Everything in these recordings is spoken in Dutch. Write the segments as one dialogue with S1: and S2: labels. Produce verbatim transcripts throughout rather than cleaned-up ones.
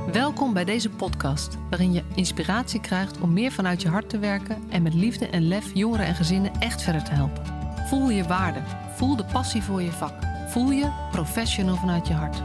S1: Welkom bij deze podcast, waarin je inspiratie krijgt om meer vanuit je hart te werken en met liefde en lef jongeren en gezinnen echt verder te helpen. Voel je waarde, voel de passie voor je vak, voel je professional vanuit je hart.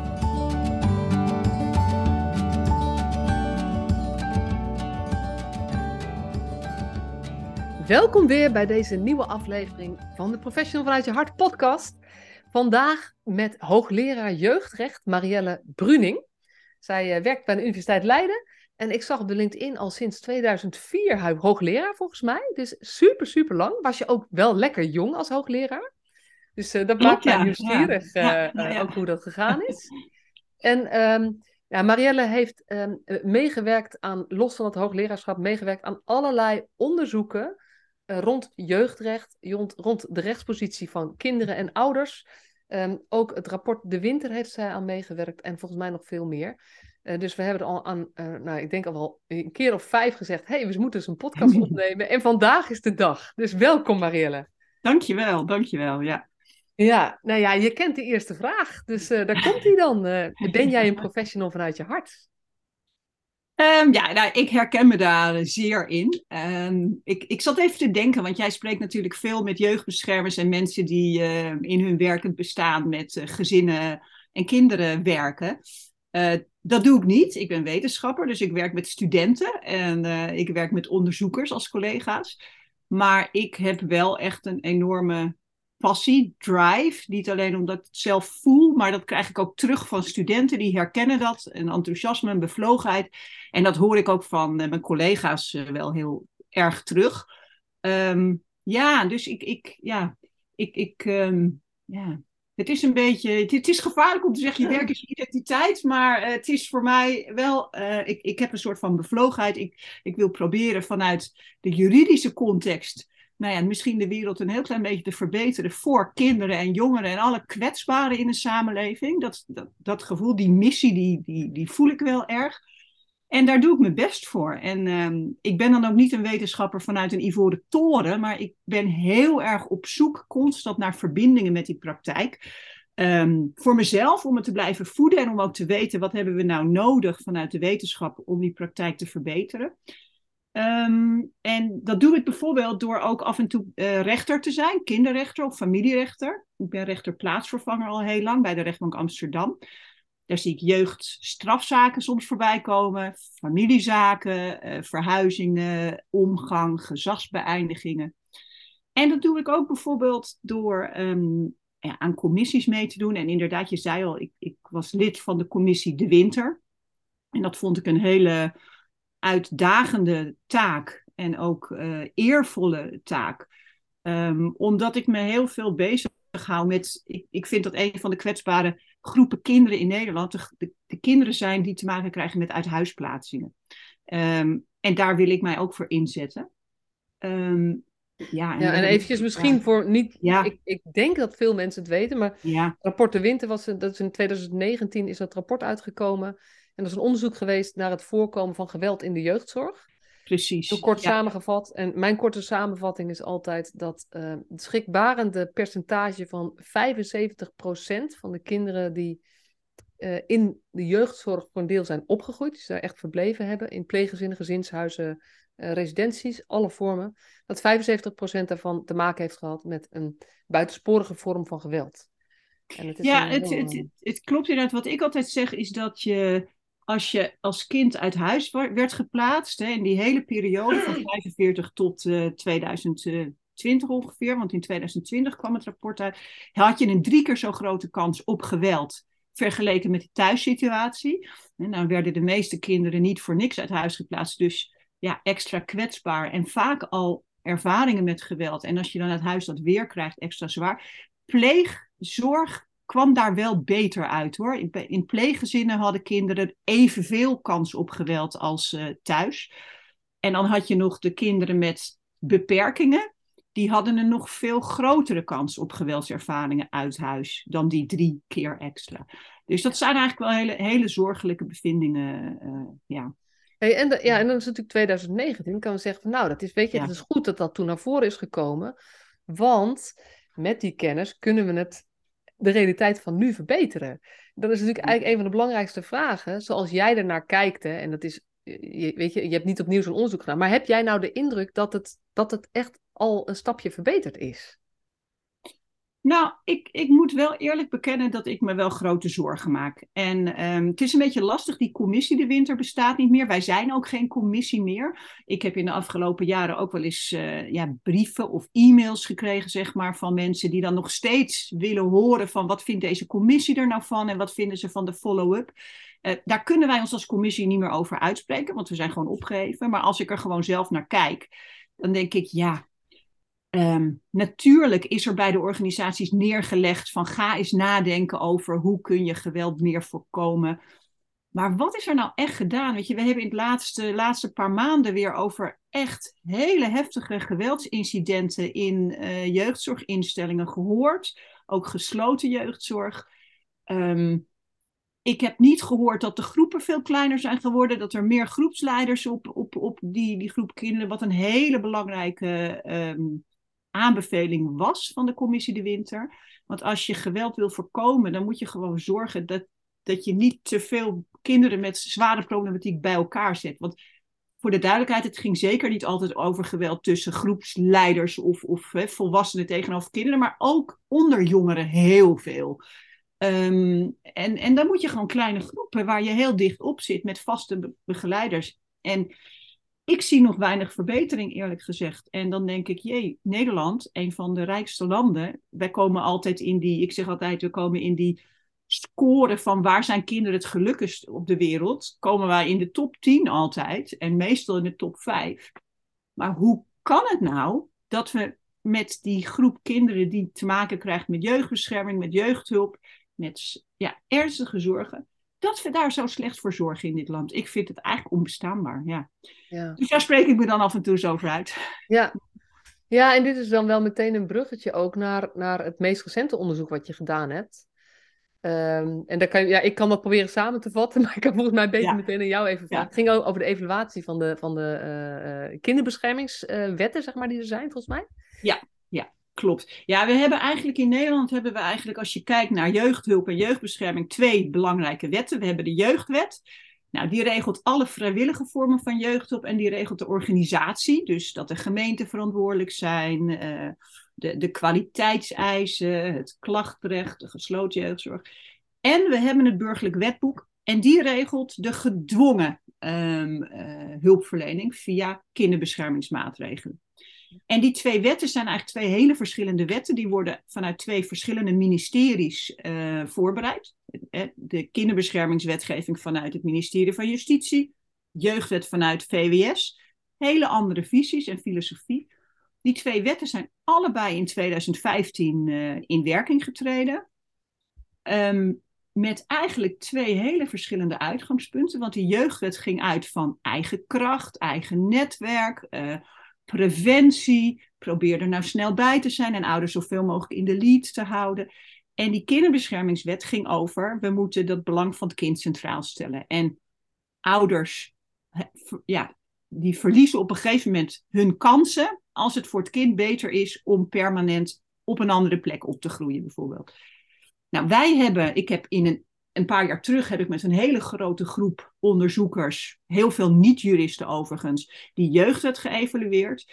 S1: Welkom weer bij deze nieuwe aflevering van de Professional vanuit je hart podcast. Vandaag met hoogleraar jeugdrecht Marielle Bruning. Zij uh, werkt bij de Universiteit Leiden en ik zag op de LinkedIn al sinds tweeduizend vier hoogleraar volgens mij. Dus super, super lang. Was je ook wel lekker jong als hoogleraar. Dus uh, dat maakt mij
S2: ja,
S1: nieuwsgierig,
S2: ja,
S1: uh,
S2: ja, ja.
S1: uh, ook hoe dat gegaan is. En um, ja, Marielle heeft um, meegewerkt aan, los van het hoogleraarschap, meegewerkt aan allerlei onderzoeken uh, rond jeugdrecht, rond, rond de rechtspositie van kinderen en ouders. Um, ook het rapport De Winter heeft zij aan meegewerkt en volgens mij nog veel meer. Uh, dus we hebben er al aan, uh, nou ik denk al wel een keer of vijf gezegd, hé, hey, we moeten eens een podcast opnemen. En vandaag is de dag. Dus welkom Marielle.
S2: Dankjewel, dankjewel, ja.
S1: Ja, nou ja, je kent de eerste vraag. Dus uh, daar komt hij dan. Uh, ben jij een professional vanuit je hart?
S2: Um, ja, nou, ik herken me daar zeer in. Um, ik, ik zat even te denken, want jij spreekt natuurlijk veel met jeugdbeschermers en mensen die uh, in hun werkend bestaan met uh, gezinnen en kinderen werken. Uh, dat doe ik niet. Ik ben wetenschapper, dus ik werk met studenten en uh, ik werk met onderzoekers als collega's. Maar ik heb wel echt een enorme passie, drive. Niet alleen omdat ik het zelf voel, maar dat krijg ik ook terug van studenten. Die herkennen dat. En enthousiasme en bevlogenheid. En dat hoor ik ook van uh, mijn collega's uh, wel heel erg terug. Um, ja, dus ik, ik ja, ik, ik, um, ja. Het is een beetje, het, het is gevaarlijk om te zeggen, je werk is je identiteit, maar uh, het is voor mij wel, uh, ik, ik heb een soort van bevlogenheid. Ik, ik wil proberen vanuit de juridische context, nou ja, misschien de wereld een heel klein beetje te verbeteren voor kinderen en jongeren en alle kwetsbaren in de samenleving. Dat, dat, dat gevoel, die missie, die, die, die voel ik wel erg. En daar doe ik mijn best voor. En um, ik ben dan ook niet een wetenschapper vanuit een ivoren toren, maar ik ben heel erg op zoek constant naar verbindingen met die praktijk. Um, voor mezelf, om het te blijven voeden en om ook te weten wat hebben we nou nodig vanuit de wetenschap om die praktijk te verbeteren. Um, en dat doe ik bijvoorbeeld door ook af en toe uh, rechter te zijn, kinderrechter of familierechter. Ik ben rechterplaatsvervanger al heel lang bij de rechtbank Amsterdam. Daar zie ik jeugdstrafzaken soms voorbij komen, familiezaken, uh, verhuizingen, omgang, gezagsbeëindigingen. En dat doe ik ook bijvoorbeeld door um, ja, aan commissies mee te doen. En inderdaad, je zei al, ik, ik was lid van de commissie De Winter. En dat vond ik een hele uitdagende taak en ook uh, eervolle taak. Um, omdat ik me heel veel bezig hou met, ik, ik vind dat een van de kwetsbare groepen kinderen in Nederland de, de, de kinderen zijn die te maken krijgen met uithuisplaatsingen. Um, en daar wil ik mij ook voor inzetten. Um, ja, en,
S1: Ja, en eventjes misschien ja. voor niet...
S2: Ja.
S1: Ik, ik denk dat veel mensen het weten, maar
S2: ja.
S1: het rapport De Winter was... Dat is in twintig negentien is dat rapport uitgekomen. En dat is een onderzoek geweest naar het voorkomen van geweld in de jeugdzorg.
S2: Precies.
S1: Heel kort
S2: ja.
S1: samengevat. En mijn korte samenvatting is altijd dat uh, het schrikbarende percentage van vijfenzeventig procent van de kinderen die uh, in de jeugdzorg voor een deel zijn opgegroeid, die daar echt verbleven hebben, in pleeggezinnen, gezinshuizen, uh, residenties, alle vormen, dat vijfenzeventig procent daarvan te maken heeft gehad met een buitensporige vorm van geweld.
S2: En het is ja, het, heel... het, het, het klopt inderdaad. Wat ik altijd zeg is dat je, als je als kind uit huis werd geplaatst, hè, in die hele periode van vijfenveertig tot uh, tweeduizend twintig ongeveer, want in tweeduizend twintig kwam het rapport uit, had je een drie keer zo grote kans op geweld vergeleken met de thuissituatie. En dan werden de meeste kinderen niet voor niks uit huis geplaatst, dus ja, extra kwetsbaar en vaak al ervaringen met geweld. En als je dan uit huis dat weer krijgt, extra zwaar. Pleegzorg kwam daar wel beter uit hoor. In, in pleeggezinnen hadden kinderen evenveel kans op geweld als uh, thuis. En dan had je nog de kinderen met beperkingen. Die hadden een nog veel grotere kans op geweldservaringen uit huis dan die drie keer extra. Dus dat zijn eigenlijk wel hele, hele zorgelijke bevindingen. Uh, ja.
S1: Hey, en, de, ja, en dan is het natuurlijk twintig negentien. Kan we zeggen van nou, dat is, weet je,
S2: ja.
S1: het is goed dat dat toen naar voren is gekomen. Want met die kennis kunnen we het de realiteit van nu verbeteren? Dat is natuurlijk eigenlijk een van de belangrijkste vragen, zoals jij ernaar kijkt. Hè, en dat is, je, weet je, je hebt niet opnieuw zo'n onderzoek gedaan, maar heb jij nou de indruk dat het, dat het echt al een stapje verbeterd is?
S2: Nou, ik, ik moet wel eerlijk bekennen dat ik me wel grote zorgen maak. En um, het is een beetje lastig, die commissie De Winter bestaat niet meer. Wij zijn ook geen commissie meer. Ik heb in de afgelopen jaren ook wel eens uh, ja, brieven of e-mails gekregen, zeg maar, van mensen die dan nog steeds willen horen van wat vindt deze commissie er nou van en wat vinden ze van de follow-up. Uh, daar kunnen wij ons als commissie niet meer over uitspreken, want we zijn gewoon opgeheven. Maar als ik er gewoon zelf naar kijk, dan denk ik, ja... Um, natuurlijk is er bij de organisaties neergelegd van ga eens nadenken over hoe kun je geweld meer voorkomen. Maar wat is er nou echt gedaan? Weet je, we hebben in de laatste, laatste paar maanden weer over echt hele heftige geweldsincidenten in uh, jeugdzorginstellingen gehoord. Ook gesloten jeugdzorg. Um, ik heb niet gehoord dat de groepen veel kleiner zijn geworden. Dat er meer groepsleiders op, op, op die, die groep kinderen. Wat een hele belangrijke... Um, aanbeveling was van de commissie De Winter. Want als je geweld wil voorkomen, dan moet je gewoon zorgen dat, dat je niet te veel kinderen met zware problematiek bij elkaar zet. Want voor de duidelijkheid, het ging zeker niet altijd over geweld tussen groepsleiders of, of hè, volwassenen tegenover kinderen, maar ook onder jongeren heel veel. Um, en, en dan moet je gewoon kleine groepen waar je heel dicht op zit met vaste be- begeleiders. En ik zie nog weinig verbetering, eerlijk gezegd. En dan denk ik, jee, Nederland, een van de rijkste landen. Wij komen altijd in die, ik zeg altijd, we komen in die score van waar zijn kinderen het gelukkigst op de wereld. Komen wij in de top tien altijd en meestal in de top vijf. Maar hoe kan het nou dat we met die groep kinderen die te maken krijgt met jeugdbescherming, met jeugdhulp, met ja, ernstige zorgen, dat we daar zo slecht voor zorgen in dit land? Ik vind het eigenlijk onbestaanbaar, ja. Ja. Dus daar spreek ik me dan af en toe zo over uit.
S1: Ja. Ja, en dit is dan wel meteen een bruggetje ook naar, naar het meest recente onderzoek wat je gedaan hebt. Um, en daar kan, ja, ik kan dat proberen samen te vatten, maar ik kan volgens mij beter ja. meteen aan jou even vragen. Ja. Het ging ook over de evaluatie van de, van de uh, uh, kinderbeschermingswetten, uh, zeg maar, die er zijn, volgens mij.
S2: Ja, ja. Klopt. Ja, we hebben eigenlijk in Nederland, hebben we eigenlijk, als je kijkt naar jeugdhulp en jeugdbescherming, twee belangrijke wetten. We hebben de jeugdwet. Nou, die regelt alle vrijwillige vormen van jeugdhulp en die regelt de organisatie. Dus dat de gemeenten verantwoordelijk zijn, uh, de, de kwaliteitseisen, het klachtrecht, de gesloten jeugdzorg. En we hebben het burgerlijk wetboek en die regelt de gedwongen um, uh, hulpverlening via kinderbeschermingsmaatregelen. En die twee wetten zijn eigenlijk twee hele verschillende wetten. Die worden vanuit twee verschillende ministeries uh, voorbereid. De kinderbeschermingswetgeving vanuit het ministerie van Justitie. Jeugdwet vanuit V W S. Hele andere visies en filosofie. Die twee wetten zijn allebei in tweeduizend vijftien uh, in werking getreden. Um, met eigenlijk twee hele verschillende uitgangspunten. Want die jeugdwet ging uit van eigen kracht, eigen netwerk, Uh, preventie, probeer er nou snel bij te zijn en ouders zoveel mogelijk in de lead te houden. En die kinderbeschermingswet ging over, we moeten dat belang van het kind centraal stellen. En ouders, ja, die verliezen op een gegeven moment hun kansen als het voor het kind beter is om permanent op een andere plek op te groeien, bijvoorbeeld. Nou, wij hebben, ik heb in een Een paar jaar terug heb ik met een hele grote groep onderzoekers, heel veel niet-juristen overigens, die jeugdwet geëvalueerd.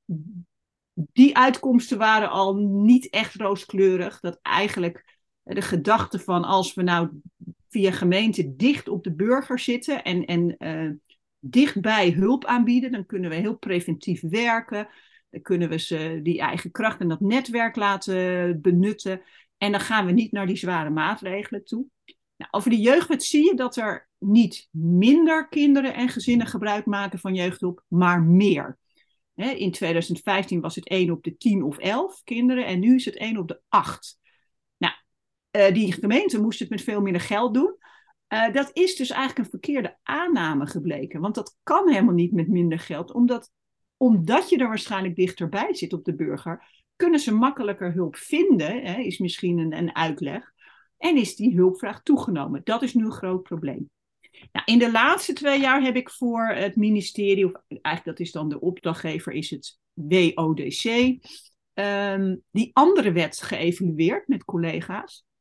S2: Die uitkomsten waren al niet echt rooskleurig. Dat eigenlijk de gedachte van als we nou via gemeente dicht op de burger zitten en, en uh, dichtbij hulp aanbieden, dan kunnen we heel preventief werken. Dan kunnen we ze die eigen kracht en dat netwerk laten benutten. En dan gaan we niet naar die zware maatregelen toe. Nou, over de jeugdwet zie je dat er niet minder kinderen en gezinnen gebruik maken van jeugdhulp, maar meer. He, in tweeduizend vijftien was het één op de tien of elf kinderen en nu is het één op de acht. Nou, uh, die gemeente moest het met veel minder geld doen. Uh, dat is dus eigenlijk een verkeerde aanname gebleken, want dat kan helemaal niet met minder geld, omdat, omdat je er waarschijnlijk dichterbij zit op de burger, kunnen ze makkelijker hulp vinden, he, is misschien een, een uitleg. En is die hulpvraag toegenomen. Dat is nu een groot probleem. Nou, in de laatste twee jaar heb ik voor het ministerie, of eigenlijk dat is dan de opdrachtgever, is het W O D C, um, die andere wet geëvalueerd met collega's.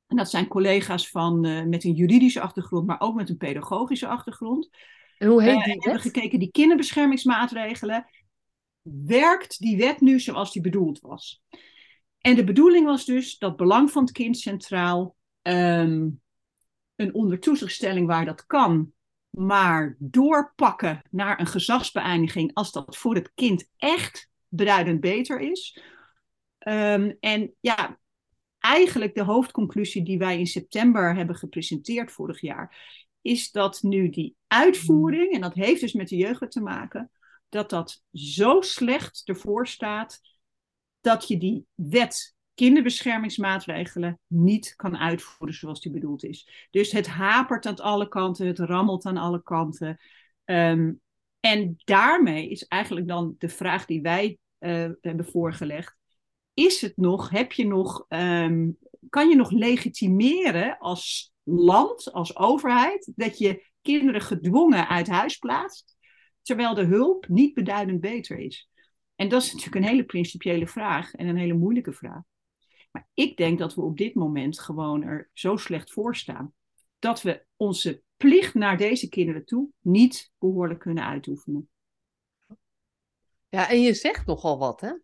S2: En dat zijn collega's van, uh, met een juridische achtergrond, maar ook met een pedagogische achtergrond.
S1: En hoe
S2: Uh,
S1: heet die
S2: hebben
S1: wet?
S2: gekeken, die kinderbeschermingsmaatregelen. Werkt die wet nu zoals die bedoeld was? En de bedoeling was dus dat belang van het kind centraal, um, een ondertoezichtstelling waar dat kan, maar doorpakken naar een gezagsbeëindiging als dat voor het kind echt beduidend beter is. Um, en ja, eigenlijk de hoofdconclusie die wij in september hebben gepresenteerd vorig jaar, is dat nu die uitvoering, en dat heeft dus met de jeugd te maken, dat dat zo slecht ervoor staat dat je die wet kinderbeschermingsmaatregelen niet kan uitvoeren zoals die bedoeld is. Dus het hapert aan alle kanten, het rammelt aan alle kanten. Um, en daarmee is eigenlijk dan de vraag die wij uh, hebben voorgelegd, is het nog, heb je nog, um, kan je nog legitimeren als land, als overheid, dat je kinderen gedwongen uit huis plaatst, terwijl de hulp niet beduidend beter is? En dat is natuurlijk een hele principiële vraag en een hele moeilijke vraag. Maar ik denk dat we op dit moment gewoon er zo slecht voor staan, dat we onze plicht naar deze kinderen toe niet behoorlijk kunnen uitoefenen.
S1: Ja, en je zegt nogal wat, hè?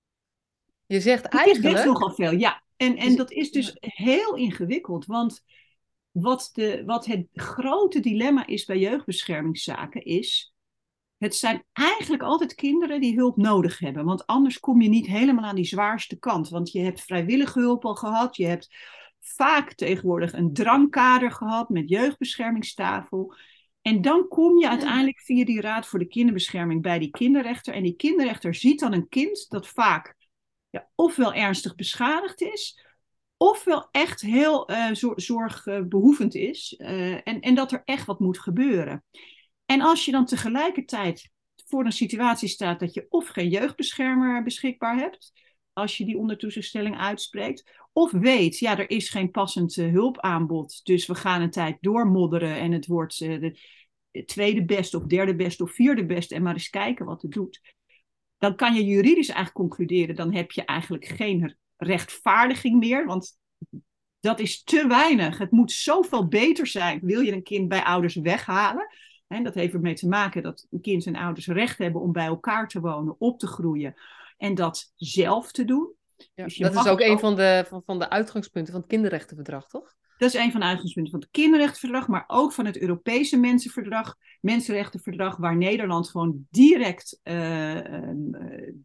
S1: Je zegt
S2: Het is best
S1: eigenlijk...
S2: nogal veel, ja. En, en dat is dus heel ingewikkeld, want wat, de, wat het grote dilemma is bij jeugdbeschermingszaken is, het zijn eigenlijk altijd kinderen die hulp nodig hebben. Want anders kom je niet helemaal aan die zwaarste kant. Want je hebt vrijwillige hulp al gehad. Je hebt vaak tegenwoordig een drangkader gehad met jeugdbeschermingstafel. En dan kom je uiteindelijk via die Raad voor de Kinderbescherming bij die kinderrechter. En die kinderrechter ziet dan een kind dat vaak ja, ofwel ernstig beschadigd is, ofwel echt heel uh, zorgbehoevend is. Uh, en, en dat er echt wat moet gebeuren. En als je dan tegelijkertijd voor een situatie staat dat je of geen jeugdbeschermer beschikbaar hebt, als je die ondertoezichtstelling uitspreekt, of weet, ja, er is geen passend uh, hulpaanbod, dus we gaan een tijd doormodderen en het wordt uh, de tweede best of derde best of vierde best en maar eens kijken wat het doet. Dan kan je juridisch eigenlijk concluderen, dan heb je eigenlijk geen rechtvaardiging meer, want dat is te weinig. Het moet zoveel beter zijn. Wil je een kind bij ouders weghalen? En dat heeft ermee te maken dat een kind en ouders recht hebben om bij elkaar te wonen, op te groeien en dat zelf te doen.
S1: Ja,
S2: dus
S1: dat is ook een van de, van, van de uitgangspunten van het kinderrechtenverdrag, toch?
S2: Dat is een van de uitgangspunten van het kinderrechtenverdrag, maar ook van het Europese mensenverdrag, mensenrechtenverdrag, waar Nederland gewoon direct uh, uh,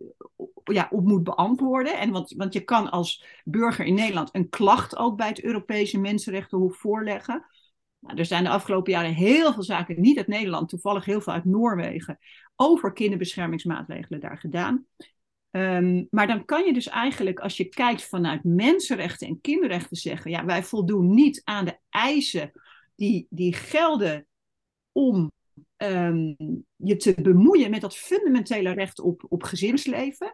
S2: ja, op moet beantwoorden. En want, want je kan als burger in Nederland een klacht ook bij het Europese Mensenrechtenhof voorleggen. Nou, er zijn de afgelopen jaren heel veel zaken, niet uit Nederland, toevallig heel veel uit Noorwegen, over kinderbeschermingsmaatregelen daar gedaan. Um, maar dan kan je dus eigenlijk, als je kijkt vanuit mensenrechten en kinderrechten, zeggen, ja, wij voldoen niet aan de eisen die, die gelden om um, je te bemoeien met dat fundamentele recht op, op gezinsleven.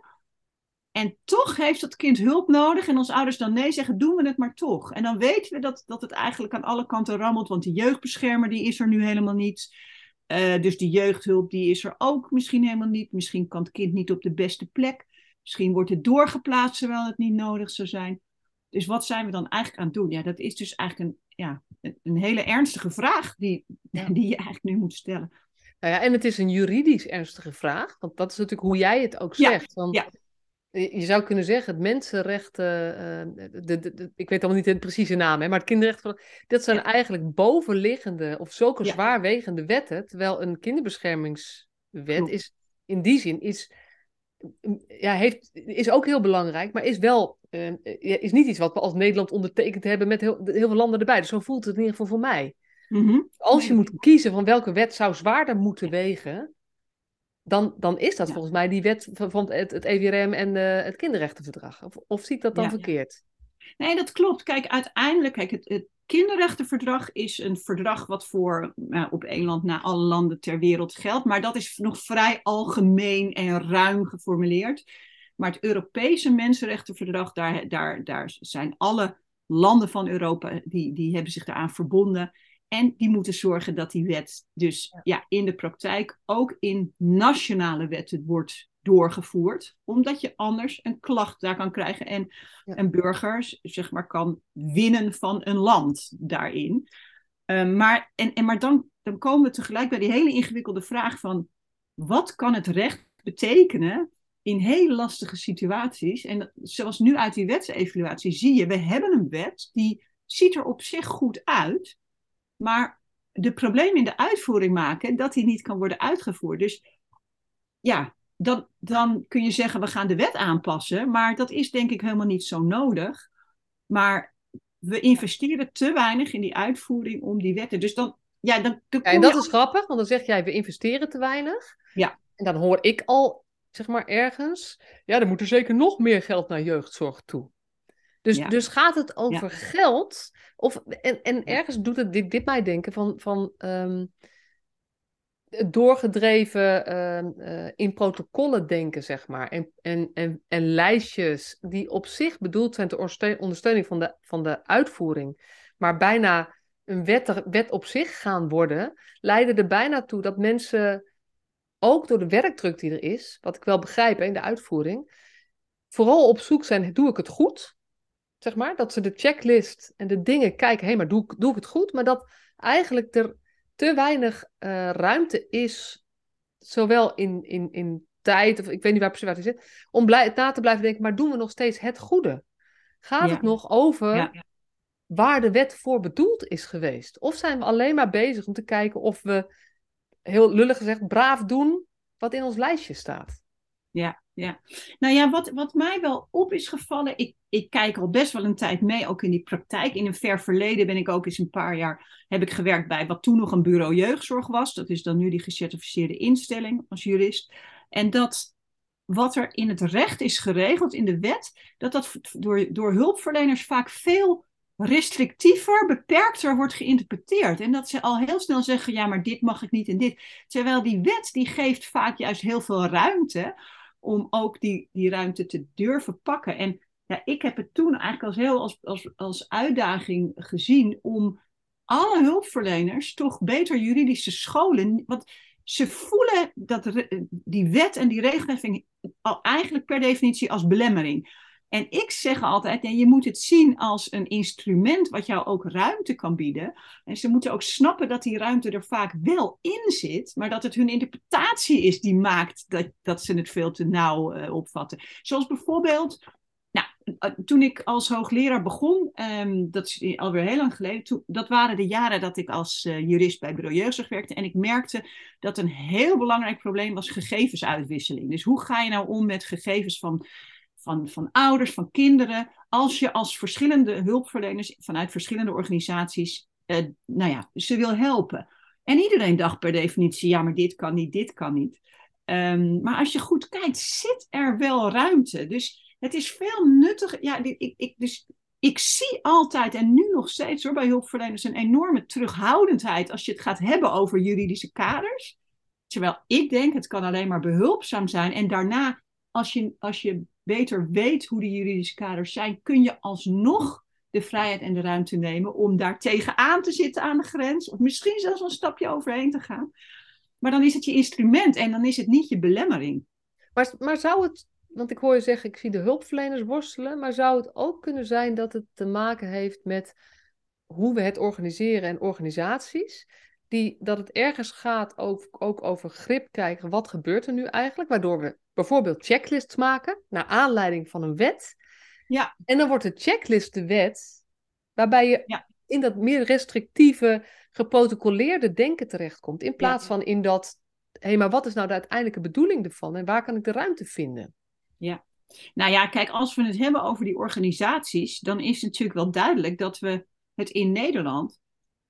S2: En toch heeft dat kind hulp nodig. En als ouders dan nee zeggen, doen we het maar toch. En dan weten we dat, dat het eigenlijk aan alle kanten rammelt. Want die jeugdbeschermer die is er nu helemaal niet. Uh, dus die jeugdhulp die is er ook misschien helemaal niet. Misschien kan het kind niet op de beste plek. Misschien wordt het doorgeplaatst terwijl het niet nodig zou zijn. Dus wat zijn we dan eigenlijk aan het doen? Ja, dat is dus eigenlijk een, ja, een hele ernstige vraag die, ja. die je eigenlijk nu moet stellen.
S1: Nou ja, en het is een juridisch ernstige vraag. Want dat is natuurlijk hoe jij het ook zegt.
S2: Ja,
S1: want
S2: ja.
S1: Je zou kunnen zeggen, het mensenrechten, uh, de, de, de, ik weet allemaal niet de precieze naam, hè, maar het kinderrecht, dat zijn ja. eigenlijk bovenliggende of zulke ja. zwaarwegende wetten, terwijl een kinderbeschermingswet Klopt. is in die zin is, ja, heeft, is ook heel belangrijk, maar is wel uh, is niet iets wat we als Nederland ondertekend hebben met heel, heel veel landen erbij. Dus zo voelt het in ieder geval voor mij.
S2: Mm-hmm.
S1: Als
S2: nee,
S1: je moet kiezen van welke wet zou zwaarder moeten wegen, Dan, dan is dat ja. volgens mij die wet van het, het E W R M en uh, het kinderrechtenverdrag. Of, of zie ik dat dan ja, verkeerd?
S2: Nee, dat klopt. Kijk, uiteindelijk, kijk, het, het kinderrechtenverdrag is een verdrag wat voor uh, op één land na alle landen ter wereld geldt. Maar dat is nog vrij algemeen en ruim geformuleerd. Maar het Europese mensenrechtenverdrag, daar, daar, daar zijn alle landen van Europa, die, die hebben zich daaraan verbonden. En die moeten zorgen dat die wet dus ja. Ja, in de praktijk ook in nationale wetten wordt doorgevoerd, omdat je anders een klacht daar kan krijgen en
S1: Ja.
S2: een burger, zeg maar, kan winnen van een land daarin. Uh, maar en, en, maar dan, dan komen we tegelijk bij die hele ingewikkelde vraag van, wat kan het recht betekenen in hele lastige situaties? En zoals nu uit die wetsevaluatie zie je, we hebben een wet die ziet er op zich goed uit, maar de problemen in de uitvoering maken dat die niet kan worden uitgevoerd. Dus ja, dan, dan kun je zeggen, we gaan de wet aanpassen, maar dat is denk ik helemaal niet zo nodig. Maar we investeren te weinig in die uitvoering om die wetten. Dus dan, ja, dan, dan
S1: Ja, en dat is grappig, want dan zeg jij, we investeren te weinig.
S2: Ja.
S1: En dan hoor ik al, zeg maar, ergens, ja, er moet er zeker nog meer geld naar jeugdzorg toe. Dus,
S2: Ja.
S1: dus gaat het over
S2: Ja.
S1: geld? Of, en en
S2: Ja.
S1: ergens doet het dit, dit mij denken van, van um, doorgedreven um, uh, in protocollen denken, zeg maar. En, en, en, en lijstjes die op zich bedoeld zijn ter ondersteuning van de, van de uitvoering, maar bijna een wet, wet op zich gaan worden, leiden er bijna toe dat mensen, ook door de werkdruk die er is, wat ik wel begrijp hè, in de uitvoering, vooral op zoek zijn, doe ik het goed? Zeg maar, dat ze de checklist en de dingen kijken, hé, hey, maar doe, doe ik het goed? Maar dat eigenlijk er te weinig uh, ruimte is, zowel in, in, in tijd, of ik weet niet waar precies waar het zit, om blij, na te blijven denken, maar doen we nog steeds het goede? Gaat
S2: Ja.
S1: het nog over
S2: Ja.
S1: waar de wet voor bedoeld is geweest? Of zijn we alleen maar bezig om te kijken of we, heel lullig gezegd, braaf doen wat in ons lijstje staat?
S2: Ja, ja. Nou ja, wat, wat mij wel op is gevallen, ik, ik kijk al best wel een tijd mee, ook in die praktijk. In een ver verleden ben ik ook eens een paar jaar, heb ik gewerkt bij wat toen nog een bureau jeugdzorg was. Dat is dan nu die gecertificeerde instelling als jurist. En dat wat er in het recht is geregeld, in de wet, dat dat door, door hulpverleners vaak veel restrictiever, beperkter wordt geïnterpreteerd. En dat ze al heel snel zeggen, ja, maar dit mag ik niet en dit. Terwijl die wet, die geeft vaak juist heel veel ruimte om ook die, die ruimte te durven pakken. En ja, ik heb het toen eigenlijk als heel als, als, als uitdaging gezien om alle hulpverleners toch beter juridische scholen, want ze voelen dat die wet en die regelgeving al eigenlijk per definitie als belemmering. En ik zeg altijd, ja, je moet het zien als een instrument wat jou ook ruimte kan bieden. En ze moeten ook snappen dat die ruimte er vaak wel in zit, maar dat het hun interpretatie is die maakt dat, dat ze het veel te nauw uh, opvatten. Zoals bijvoorbeeld, nou, uh, toen ik als hoogleraar begon, um, dat is alweer heel lang geleden, toen, dat waren de jaren dat ik als uh, jurist bij bureau jeugdzorg werkte. En ik merkte dat een heel belangrijk probleem was gegevensuitwisseling. Dus hoe ga je nou om met gegevens van... Van, van ouders, van kinderen, als je als verschillende hulpverleners vanuit verschillende organisaties, uh, nou ja, ze wil helpen. En iedereen dacht per definitie, ja, maar dit kan niet, dit kan niet. Um, maar als je goed kijkt, zit er wel ruimte. Dus het is veel nuttiger. Ja, ik, ik, dus ik zie altijd, en nu nog steeds hoor, bij hulpverleners, een enorme terughoudendheid als je het gaat hebben over juridische kaders. Terwijl ik denk, het kan alleen maar behulpzaam zijn. En daarna, als je, als je beter weet hoe die juridische kaders zijn, kun je alsnog de vrijheid en de ruimte nemen om daar tegenaan te zitten aan de grens. Of misschien zelfs een stapje overheen te gaan. Maar dan is het je instrument en dan is het niet je belemmering.
S1: Maar, maar zou het, want ik hoor je zeggen, ik zie de hulpverleners worstelen, maar zou het ook kunnen zijn dat het te maken heeft met hoe we het organiseren en organisaties? Die, dat het ergens gaat ook, ook over grip krijgen, wat gebeurt er nu eigenlijk? Waardoor we bijvoorbeeld checklists maken, naar aanleiding van een wet.
S2: Ja.
S1: En dan wordt de checklist de wet, waarbij je
S2: ja.
S1: in dat meer restrictieve, geprotocoleerde denken terechtkomt. In plaats ja. van in dat, hé, hey, maar wat is nou de uiteindelijke bedoeling ervan? En waar kan ik de ruimte vinden?
S2: Ja. Nou ja, kijk, als we het hebben over die organisaties, dan is het natuurlijk wel duidelijk dat we het in Nederland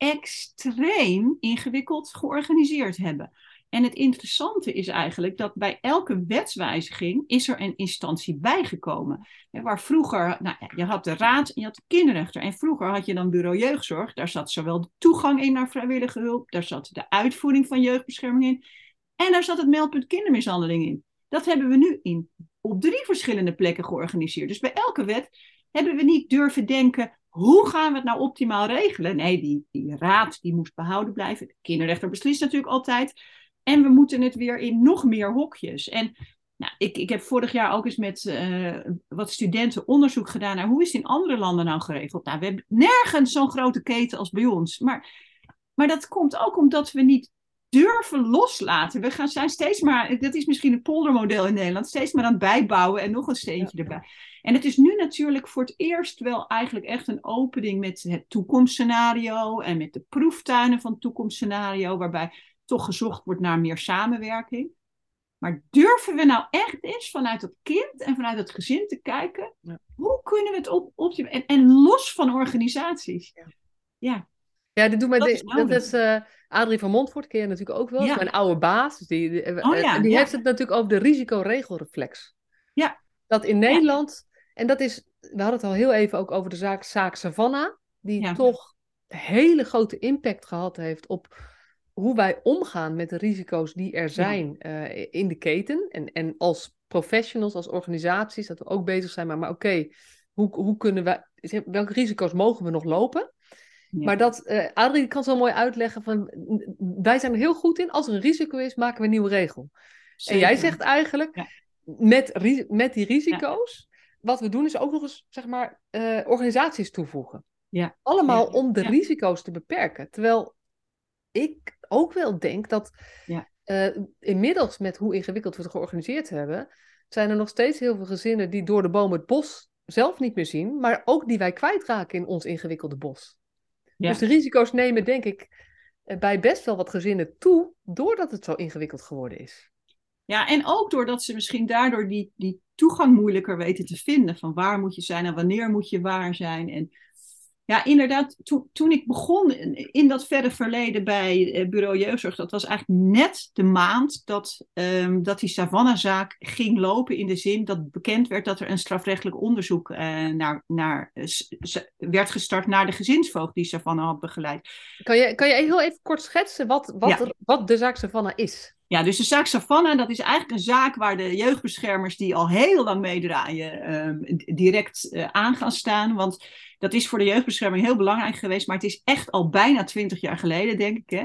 S2: extreem ingewikkeld georganiseerd hebben. En het interessante is eigenlijk dat bij elke wetswijziging is er een instantie bijgekomen. Waar vroeger, nou ja, je had de raad en je had de kinderrechter. En vroeger had je dan bureau jeugdzorg. Daar zat zowel de toegang in naar vrijwillige hulp. Daar zat de uitvoering van jeugdbescherming in. En daar zat het meldpunt kindermishandeling in. Dat hebben we nu in op drie verschillende plekken georganiseerd. Dus bij elke wet hebben we niet durven denken, hoe gaan we het nou optimaal regelen? Nee, die, die raad die moest behouden blijven. De kinderrechter beslist natuurlijk altijd. En we moeten het weer in nog meer hokjes. En Nou, ik, ik heb vorig jaar ook eens met uh, wat studenten onderzoek gedaan naar hoe is het in andere landen nou geregeld. Nou, we hebben nergens zo'n grote keten als bij ons. Maar, maar dat komt ook omdat we niet durven loslaten. We gaan, zijn steeds maar, dat is misschien het poldermodel in Nederland, steeds maar aan het bijbouwen en nog een steentje ja. erbij. En het is nu natuurlijk voor het eerst wel eigenlijk echt een opening met het toekomstscenario en met de proeftuinen van het toekomstscenario, waarbij toch gezocht wordt naar meer samenwerking. Maar durven we nou echt eens vanuit het kind en vanuit het gezin te kijken, ja. hoe kunnen we het op, op en, en los van organisaties? Ja. Ja,
S1: ja dit doet mij dat de, is, dat is uh, Adrie van Montfort, ken je natuurlijk ook wel, ja. mijn oude baas. Dus die die,
S2: oh, ja,
S1: die
S2: ja.
S1: heeft het natuurlijk over de risicoregelreflex.
S2: Ja.
S1: Dat in Nederland, ja. en dat is, we hadden het al heel even ook over de zaak, zaak Savannah, die ja. toch hele grote impact gehad heeft op hoe wij omgaan met de risico's die er zijn ja. uh, in de keten. En, en als professionals, als organisaties, dat we ook bezig zijn. Maar, maar oké, okay, hoe, hoe kunnen we, welke risico's mogen we nog lopen? Ja. Maar dat, uh, Adrie kan zo mooi uitleggen van, wij zijn er heel goed in. Als er een risico is, maken we een nieuwe regel. Zeker. En jij zegt eigenlijk, ja. met, met die risico's, ja. wat we doen is ook nog eens, zeg maar, uh, organisaties toevoegen.
S2: Ja.
S1: Allemaal
S2: ja.
S1: om de
S2: ja.
S1: risico's te beperken. Terwijl ik ook wel denk dat ja. uh, inmiddels met hoe ingewikkeld we het georganiseerd hebben, zijn er nog steeds heel veel gezinnen die door de boom het bos zelf niet meer zien, maar ook die wij kwijtraken in ons ingewikkelde bos. Ja. Dus de risico's nemen, denk ik, bij best wel wat gezinnen toe, doordat het zo ingewikkeld geworden is.
S2: Ja, en ook doordat ze misschien daardoor die, die toegang moeilijker weten te vinden, van waar moet je zijn en wanneer moet je waar zijn. En ja, inderdaad, to, toen ik begon in, in dat verre verleden bij uh, Bureau Jeugdzorg, dat was eigenlijk net de maand dat, um, dat die Savannah-zaak ging lopen, in de zin dat bekend werd dat er een strafrechtelijk onderzoek uh, naar, naar, uh, s- werd gestart naar de gezinsvoogd die Savannah had begeleid.
S1: Kan je, kan je heel even kort schetsen wat, wat, ja. er, wat de zaak Savannah is?
S2: Ja, dus de zaak Savannah, dat is eigenlijk een zaak waar de jeugdbeschermers die al heel lang meedraaien, um, direct uh, aan gaan staan. Want dat is voor de jeugdbescherming heel belangrijk geweest, maar het is echt al bijna twintig jaar geleden, denk ik. Hè?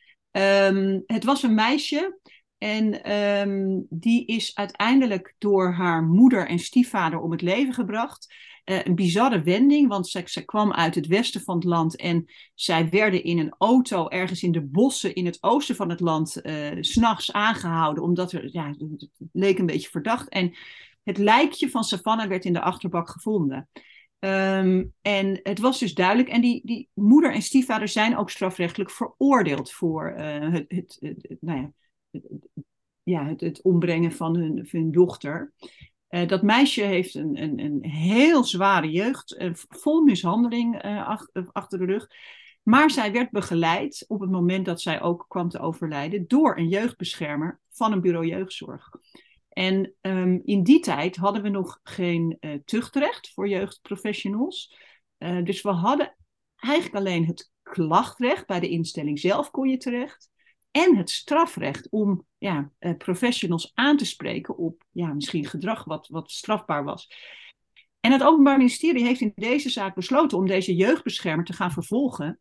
S2: Um, het was een meisje en um, die is uiteindelijk door haar moeder en stiefvader om het leven gebracht. Uh, een bizarre wending, want zij, zij kwam uit het westen van het land en zij werden in een auto ergens in de bossen in het oosten van het land uh, 's nachts aangehouden, omdat er, ja, het leek een beetje verdacht. En het lijkje van Savannah werd in de achterbak gevonden. Um, en het was dus duidelijk, en die, die moeder en stiefvader zijn ook strafrechtelijk veroordeeld voor uh, het, het, het, het, nou ja, het, ja, het, het ombrengen van hun, van hun dochter. Uh, dat meisje heeft een, een, een heel zware jeugd, uh, vol mishandeling uh, ach, uh, achter de rug. Maar zij werd begeleid op het moment dat zij ook kwam te overlijden door een jeugdbeschermer van een bureau jeugdzorg. En um, in die tijd hadden we nog geen uh, tuchtrecht voor jeugdprofessionals. Uh, dus we hadden eigenlijk alleen het klachtrecht. Bij de instelling zelf kon je terecht. En het strafrecht om ja, uh, professionals aan te spreken op ja, misschien gedrag wat, wat strafbaar was. En het Openbaar Ministerie heeft in deze zaak besloten om deze jeugdbeschermer te gaan vervolgen.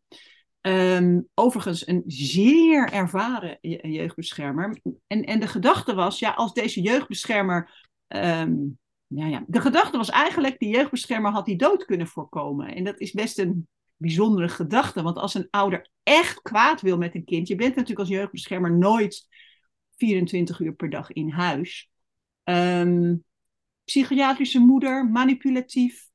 S2: Um, overigens een zeer ervaren je- jeugdbeschermer. En, en de gedachte was, ja, als deze jeugdbeschermer... Um, ja, ja, de gedachte was eigenlijk, die jeugdbeschermer had die dood kunnen voorkomen. En dat is best een bijzondere gedachte. Want als een ouder echt kwaad wil met een kind... Je bent natuurlijk als jeugdbeschermer nooit vierentwintig uur per dag in huis. Um, psychiatrische moeder, manipulatief...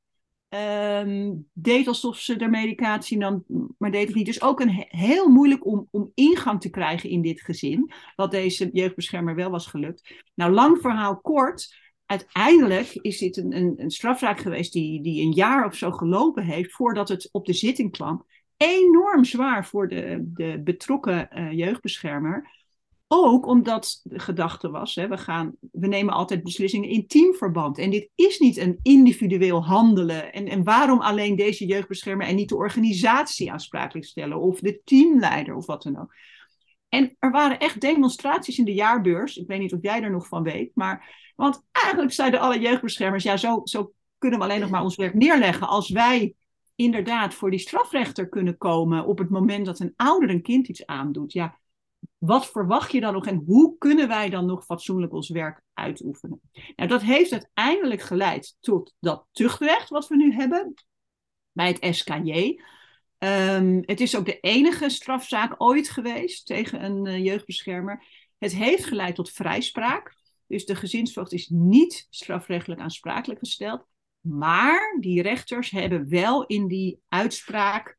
S2: Um, deed alsof ze de medicatie nam, maar deed het niet. Dus ook een he- heel moeilijk om, om ingang te krijgen in dit gezin. Wat deze jeugdbeschermer wel was gelukt. Nou, lang verhaal kort. Uiteindelijk is dit een, een, een strafzaak geweest die, die een jaar of zo gelopen heeft voordat het op de zitting kwam. Enorm zwaar voor de, de betrokken uh, jeugdbeschermer. Ook omdat de gedachte was, hè, we, gaan, we nemen altijd beslissingen in teamverband. En dit is niet een individueel handelen. En, en waarom alleen deze jeugdbeschermer en niet de organisatie aansprakelijk stellen? Of de teamleider of wat dan ook. En er waren echt demonstraties in de jaarbeurs. Ik weet niet of jij er nog van weet. Maar, want eigenlijk zeiden alle jeugdbeschermers, ja, zo, zo kunnen we alleen nog maar ons werk neerleggen. Als wij inderdaad voor die strafrechter kunnen komen op het moment dat een ouder een kind iets aandoet. Ja, wat verwacht je dan nog en hoe kunnen wij dan nog fatsoenlijk ons werk uitoefenen? Nou, dat heeft uiteindelijk geleid tot dat tuchtrecht wat we nu hebben bij het S K J. Um, het is ook de enige strafzaak ooit geweest tegen een uh, jeugdbeschermer. Het heeft geleid tot vrijspraak. Dus de gezinsvoogd is niet strafrechtelijk aansprakelijk gesteld. Maar die rechters hebben wel in die uitspraak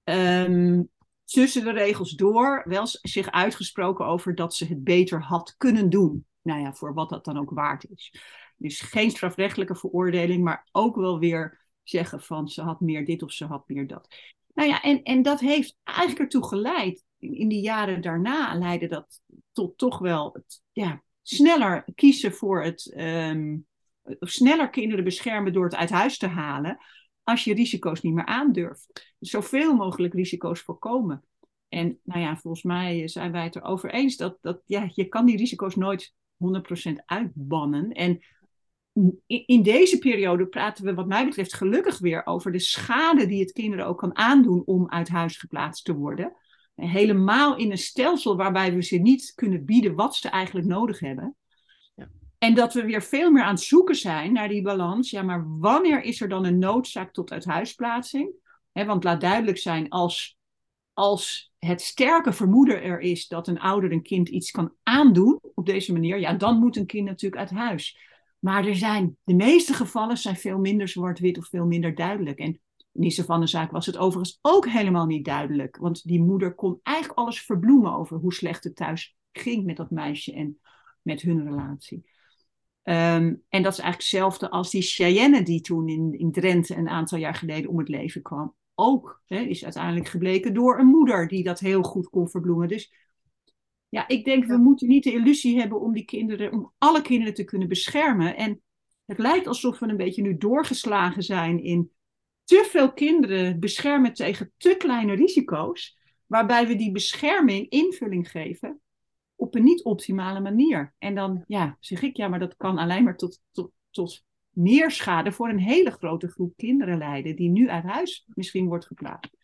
S2: um, tussen de regels door wel zich uitgesproken over dat ze het beter had kunnen doen. Nou ja, voor wat dat dan ook waard is. Dus geen strafrechtelijke veroordeling, maar ook wel weer zeggen van ze had meer dit of ze had meer dat. Nou ja, en, en dat heeft eigenlijk ertoe geleid, in, in die jaren daarna leidde dat tot toch wel het, ja, sneller kiezen voor het, um, sneller kinderen beschermen door het uit huis te halen, als je risico's niet meer aandurft. Dus zoveel mogelijk risico's voorkomen. En nou ja, volgens mij zijn wij het erover eens dat, dat ja, je kan die risico's nooit honderd procent uitbannen. En in deze periode praten we wat mij betreft gelukkig weer over de schade die het kinderen ook kan aandoen om uit huis geplaatst te worden. En helemaal in een stelsel waarbij we ze niet kunnen bieden wat ze eigenlijk nodig hebben. Ja. En dat we weer veel meer aan het zoeken zijn naar die balans. Ja, maar wanneer is er dan een noodzaak tot uithuisplaatsing? He, want laat duidelijk zijn, als, als het sterke vermoeden er is dat een ouder een kind iets kan aandoen op deze manier, ja, dan moet een kind natuurlijk uit huis. Maar er zijn, de meeste gevallen zijn veel minder zwart-wit of veel minder duidelijk. En in die Savannah-zaak was het overigens ook helemaal niet duidelijk. Want die moeder kon eigenlijk alles verbloemen over hoe slecht het thuis ging met dat meisje en met hun relatie. Um, en dat is eigenlijk hetzelfde als die Cheyenne die toen in, in Drenthe een aantal jaar geleden om het leven kwam. Ook hè, is uiteindelijk gebleken door een moeder die dat heel goed kon verbloemen. Dus ja, ik denk we moeten niet de illusie hebben om die kinderen, om alle kinderen te kunnen beschermen. En het lijkt alsof we een beetje nu doorgeslagen zijn in te veel kinderen beschermen tegen te kleine risico's, waarbij we die bescherming invulling geven op een niet optimale manier. En dan ja, zeg ik, ja, maar dat kan alleen maar tot, tot, tot meer schade voor een hele grote groep kinderen leiden, die nu uit huis misschien wordt geplaatst.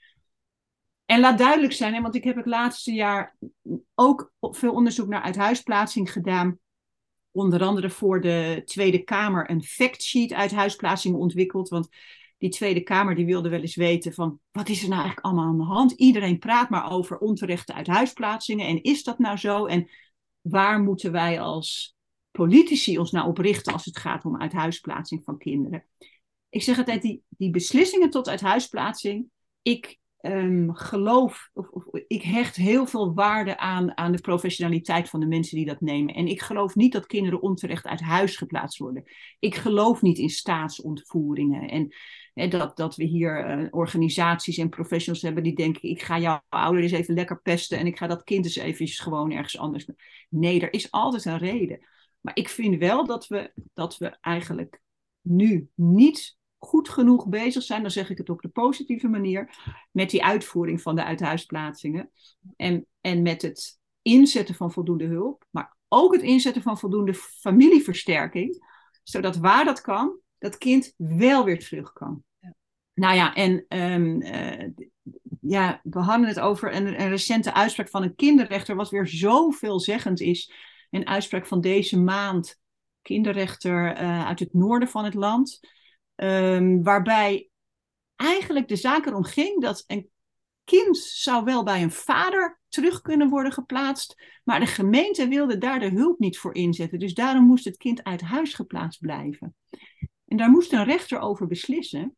S2: En laat duidelijk zijn, hè, want ik heb het laatste jaar ook veel onderzoek naar uithuisplaatsing gedaan. Onder andere voor de Tweede Kamer een factsheet uithuisplaatsing ontwikkeld. Want die Tweede Kamer die wilde wel eens weten van, wat is er nou eigenlijk allemaal aan de hand? Iedereen praat maar over onterechte uithuisplaatsingen. En is dat nou zo? En waar moeten wij als politici ons nou op richten als het gaat om uithuisplaatsing van kinderen? Ik zeg altijd, die, die beslissingen tot uithuisplaatsing, ik um, geloof, of, of ik hecht heel veel waarde aan, aan de professionaliteit van de mensen die dat nemen. En ik geloof niet dat kinderen onterecht uit huis geplaatst worden. Ik geloof niet in staatsontvoeringen. En hè, dat, dat we hier uh, organisaties en professionals hebben die denken, ik ga jouw ouder eens even lekker pesten en ik ga dat kind eens even gewoon ergens anders. Nee, er is altijd een reden. Maar ik vind wel dat we, dat we eigenlijk nu niet goed genoeg bezig zijn, dan zeg ik het op de positieve manier, met die uitvoering van de uithuisplaatsingen. En, en met het inzetten van voldoende hulp, maar ook het inzetten van voldoende familieversterking, zodat waar dat kan, dat kind wel weer terug kan. Ja. Nou ja, en um, uh, ja, we hadden het over een, een recente uitspraak van een kinderrechter, wat weer zo veelzeggend is. Een uitspraak van deze maand, kinderrechter uh, uit het noorden van het land. Um, waarbij eigenlijk de zaak erom ging dat een kind zou wel bij een vader terug kunnen worden geplaatst, maar de gemeente wilde daar de hulp niet voor inzetten. Dus daarom moest het kind uit huis geplaatst blijven. En daar moest een rechter over beslissen.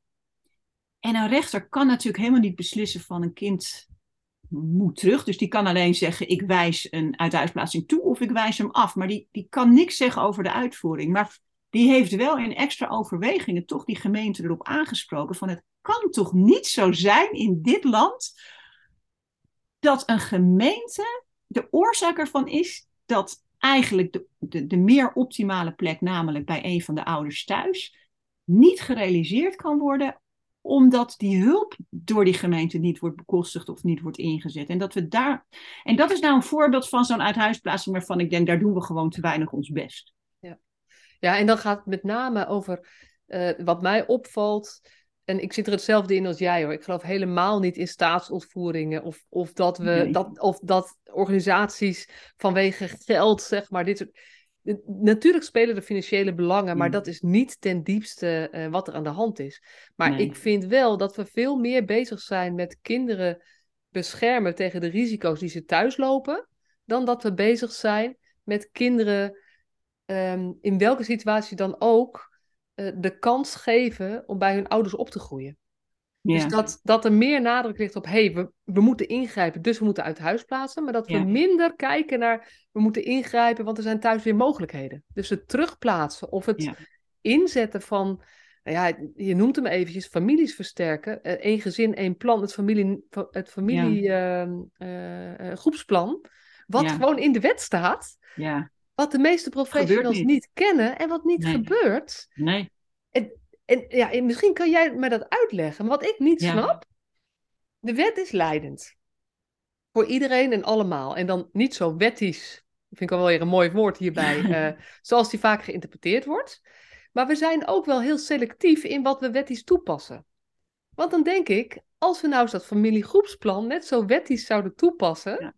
S2: En een rechter kan natuurlijk helemaal niet beslissen van een kind moet terug. Dus die kan alleen zeggen, ik wijs een uithuisplaatsing toe of ik wijs hem af. Maar die, die kan niks zeggen over de uitvoering. Maar die heeft wel in extra overwegingen toch die gemeente erop aangesproken van het kan toch niet zo zijn in dit land dat een gemeente de oorzaak ervan is dat eigenlijk de, de, de meer optimale plek, namelijk bij een van de ouders thuis, niet gerealiseerd kan worden omdat die hulp door die gemeente niet wordt bekostigd of niet wordt ingezet. En dat we daar. En dat is nou een voorbeeld van zo'n uithuisplaatsing waarvan ik denk, daar doen we gewoon te weinig ons best.
S1: Ja, ja en dan gaat het met name over uh, wat mij opvalt. en ik zit er hetzelfde in als jij hoor. Ik geloof helemaal niet in staatsontvoeringen of, of, dat, we,
S2: Nee.
S1: dat, of dat organisaties vanwege geld, zeg maar, dit soort... Natuurlijk spelen er financiële belangen, maar
S2: Ja.
S1: dat is niet ten diepste uh, wat er aan de hand is. Maar
S2: Nee.
S1: ik vind wel dat we veel meer bezig zijn met kinderen beschermen tegen de risico's die ze thuis lopen, dan dat we bezig zijn met kinderen um, in welke situatie dan ook uh, de kans geven om bij hun ouders op te groeien. Ja. Dus dat, dat er meer nadruk ligt op, hé, hey, we, we moeten ingrijpen, dus we moeten uit huis plaatsen. Maar dat we ja. minder kijken naar, we moeten ingrijpen, want er zijn thuis weer mogelijkheden. Dus het terugplaatsen of het ja. inzetten van, nou ja, je noemt hem eventjes, families versterken. Uh, één gezin, één plan, het familie, het familie ja. uh, uh, groepsplan. Wat ja. gewoon in de wet staat.
S2: Ja.
S1: Wat de meeste professionals niet. niet kennen en wat niet nee. gebeurt.
S2: Nee.
S1: En, En, ja, en misschien kan jij me dat uitleggen. Maar wat ik niet ja. snap, de wet is leidend. Voor iedereen en allemaal. En dan niet zo wettisch, vind ik wel weer een mooi woord hierbij, uh, zoals die vaak geïnterpreteerd wordt. Maar we zijn ook wel heel selectief in wat we wettisch toepassen. Want dan denk ik, als we nou eens dat familiegroepsplan net zo wettisch zouden toepassen. Ja.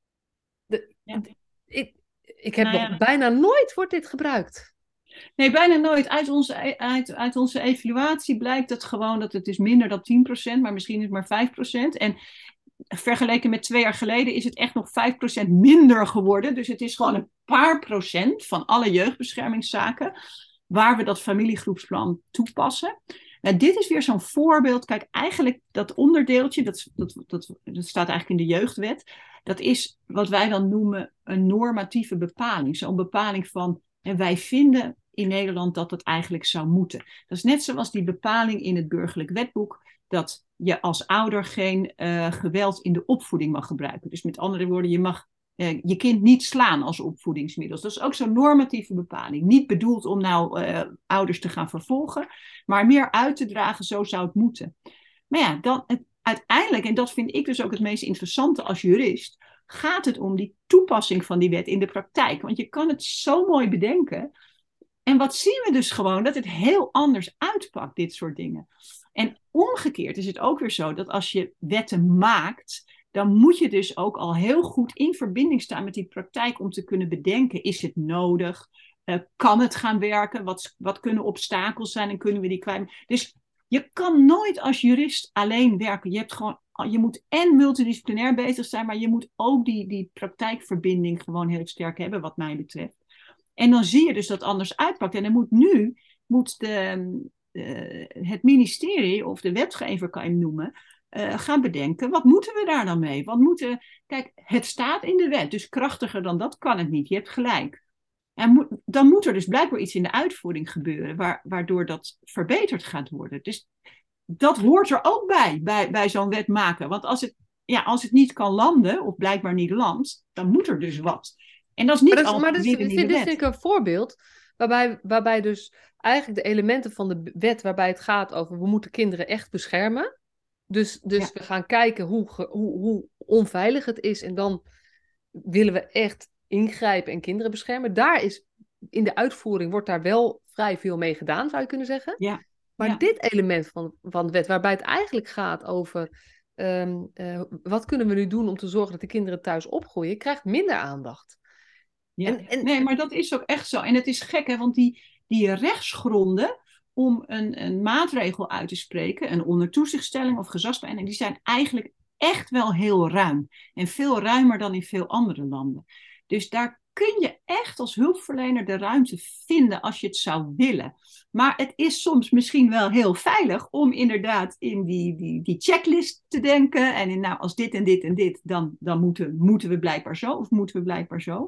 S1: De, ja. ik, ik heb nou ja. nog bijna nooit wordt dit gebruikt.
S2: Nee, bijna nooit. Uit onze, uit, uit onze evaluatie blijkt het gewoon dat het is minder dan tien procent, maar misschien is het maar vijf procent. En vergeleken met twee jaar geleden is het echt nog vijf procent minder geworden. Dus het is gewoon een paar procent van alle jeugdbeschermingszaken waar we dat familiegroepsplan toepassen. Nou, dit is weer zo'n voorbeeld. Kijk, eigenlijk dat onderdeeltje, dat, dat, dat, dat staat eigenlijk in de jeugdwet. Dat is wat wij dan noemen een normatieve bepaling. Zo'n bepaling van, en wij vinden in Nederland dat het eigenlijk zou moeten. Dat is net zoals die bepaling in het burgerlijk wetboek, dat je als ouder geen uh, geweld in de opvoeding mag gebruiken. Dus met andere woorden, je mag uh, je kind niet slaan als opvoedingsmiddel. Dat is ook zo'n normatieve bepaling. Niet bedoeld om nou uh, ouders te gaan vervolgen, maar meer uit te dragen, zo zou het moeten. Maar ja, dan, het, uiteindelijk, en dat vind ik dus ook het meest interessante als jurist, gaat het om die toepassing van die wet in de praktijk. Want je kan het zo mooi bedenken. En wat zien we dus gewoon? Dat het heel anders uitpakt, dit soort dingen. En omgekeerd is het ook weer zo dat als je wetten maakt, dan moet je dus ook al heel goed in verbinding staan met die praktijk om te kunnen bedenken, is het nodig? Uh, kan het gaan werken? Wat, wat kunnen obstakels zijn en kunnen we die kwijt? Dus je kan nooit als jurist alleen werken. Je hebt gewoon, je moet en multidisciplinair bezig zijn, maar je moet ook die, die praktijkverbinding gewoon heel sterk hebben, wat mij betreft. En dan zie je dus dat het anders uitpakt. En dan moet nu, moet de, uh, het ministerie, of de wetgever kan je hem noemen, uh, gaan bedenken, wat moeten we daar dan mee? Want moeten, kijk, het staat in de wet, dus krachtiger dan dat kan het niet. Je hebt gelijk. En moet, dan moet er dus blijkbaar iets in de uitvoering gebeuren, waar, waardoor dat verbeterd gaat worden. Dus dat hoort er ook bij, bij, bij zo'n wet maken. Want als het, ja, als het niet kan landen, of blijkbaar niet landt, dan moet er dus wat. En dat is niet altijd
S1: maar dat is,
S2: in de
S1: dit
S2: wet.
S1: is denk ik een voorbeeld waarbij, waarbij dus eigenlijk de elementen van de wet waarbij het gaat over we moeten kinderen echt beschermen. Dus, dus ja. we gaan kijken hoe, hoe, hoe onveilig het is en dan willen we echt ingrijpen en kinderen beschermen. Daar is, in de uitvoering wordt daar wel vrij veel mee gedaan, zou je kunnen zeggen.
S2: Ja.
S1: Maar
S2: ja.
S1: dit element van, van de wet waarbij het eigenlijk gaat over um, uh, wat kunnen we nu doen om te zorgen dat de kinderen thuis opgroeien, krijgt minder aandacht.
S2: Ja. En, en, nee, maar dat is ook echt zo. En het is gek, hè, want die, die rechtsgronden om een, een maatregel uit te spreken, een ondertoezichtstelling of gezagsbeëindiging, die zijn eigenlijk echt wel heel ruim. En veel ruimer dan in veel andere landen. Dus daar kun je echt als hulpverlener de ruimte vinden als je het zou willen. Maar het is soms misschien wel heel veilig om inderdaad in die, die, die checklist te denken. En in, nou, als dit en dit en dit, dan, dan moeten, moeten we blijkbaar zo of moeten we blijkbaar zo.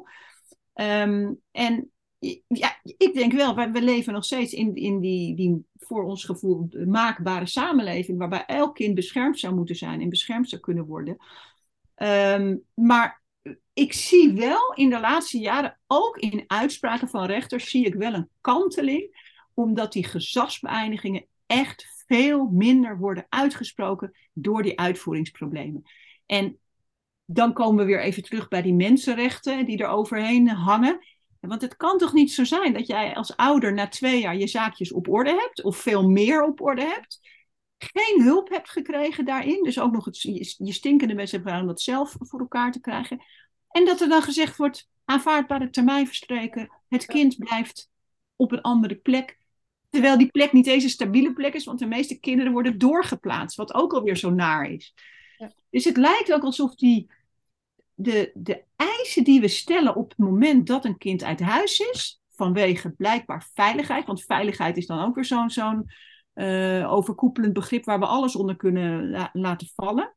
S2: Um, en ja, ik denk wel, we, we leven nog steeds in, in die, die voor ons gevoel maakbare samenleving, waarbij elk kind beschermd zou moeten zijn en beschermd zou kunnen worden. Um, maar ik zie wel in de laatste jaren, ook in uitspraken van rechters, zie ik wel een kanteling, omdat die gezagsbeëindigingen echt veel minder worden uitgesproken door die uitvoeringsproblemen. En dan komen we weer even terug bij die mensenrechten die er overheen hangen. Want het kan toch niet zo zijn dat jij als ouder na twee jaar je zaakjes op orde hebt, of veel meer op orde hebt, geen hulp hebt gekregen daarin, dus ook nog het, je, je stinkende best hebt gedaan om dat zelf voor elkaar te krijgen. En dat er dan gezegd wordt, aanvaardbare termijn verstreken, het kind blijft op een andere plek. Terwijl die plek niet eens een stabiele plek is, want de meeste kinderen worden doorgeplaatst, wat ook alweer zo naar is.
S1: Ja.
S2: Dus het lijkt ook alsof die, de, de eisen die we stellen op het moment dat een kind uit huis is, vanwege blijkbaar veiligheid, want veiligheid is dan ook weer zo'n zo'n uh, overkoepelend begrip waar we alles onder kunnen la- laten vallen,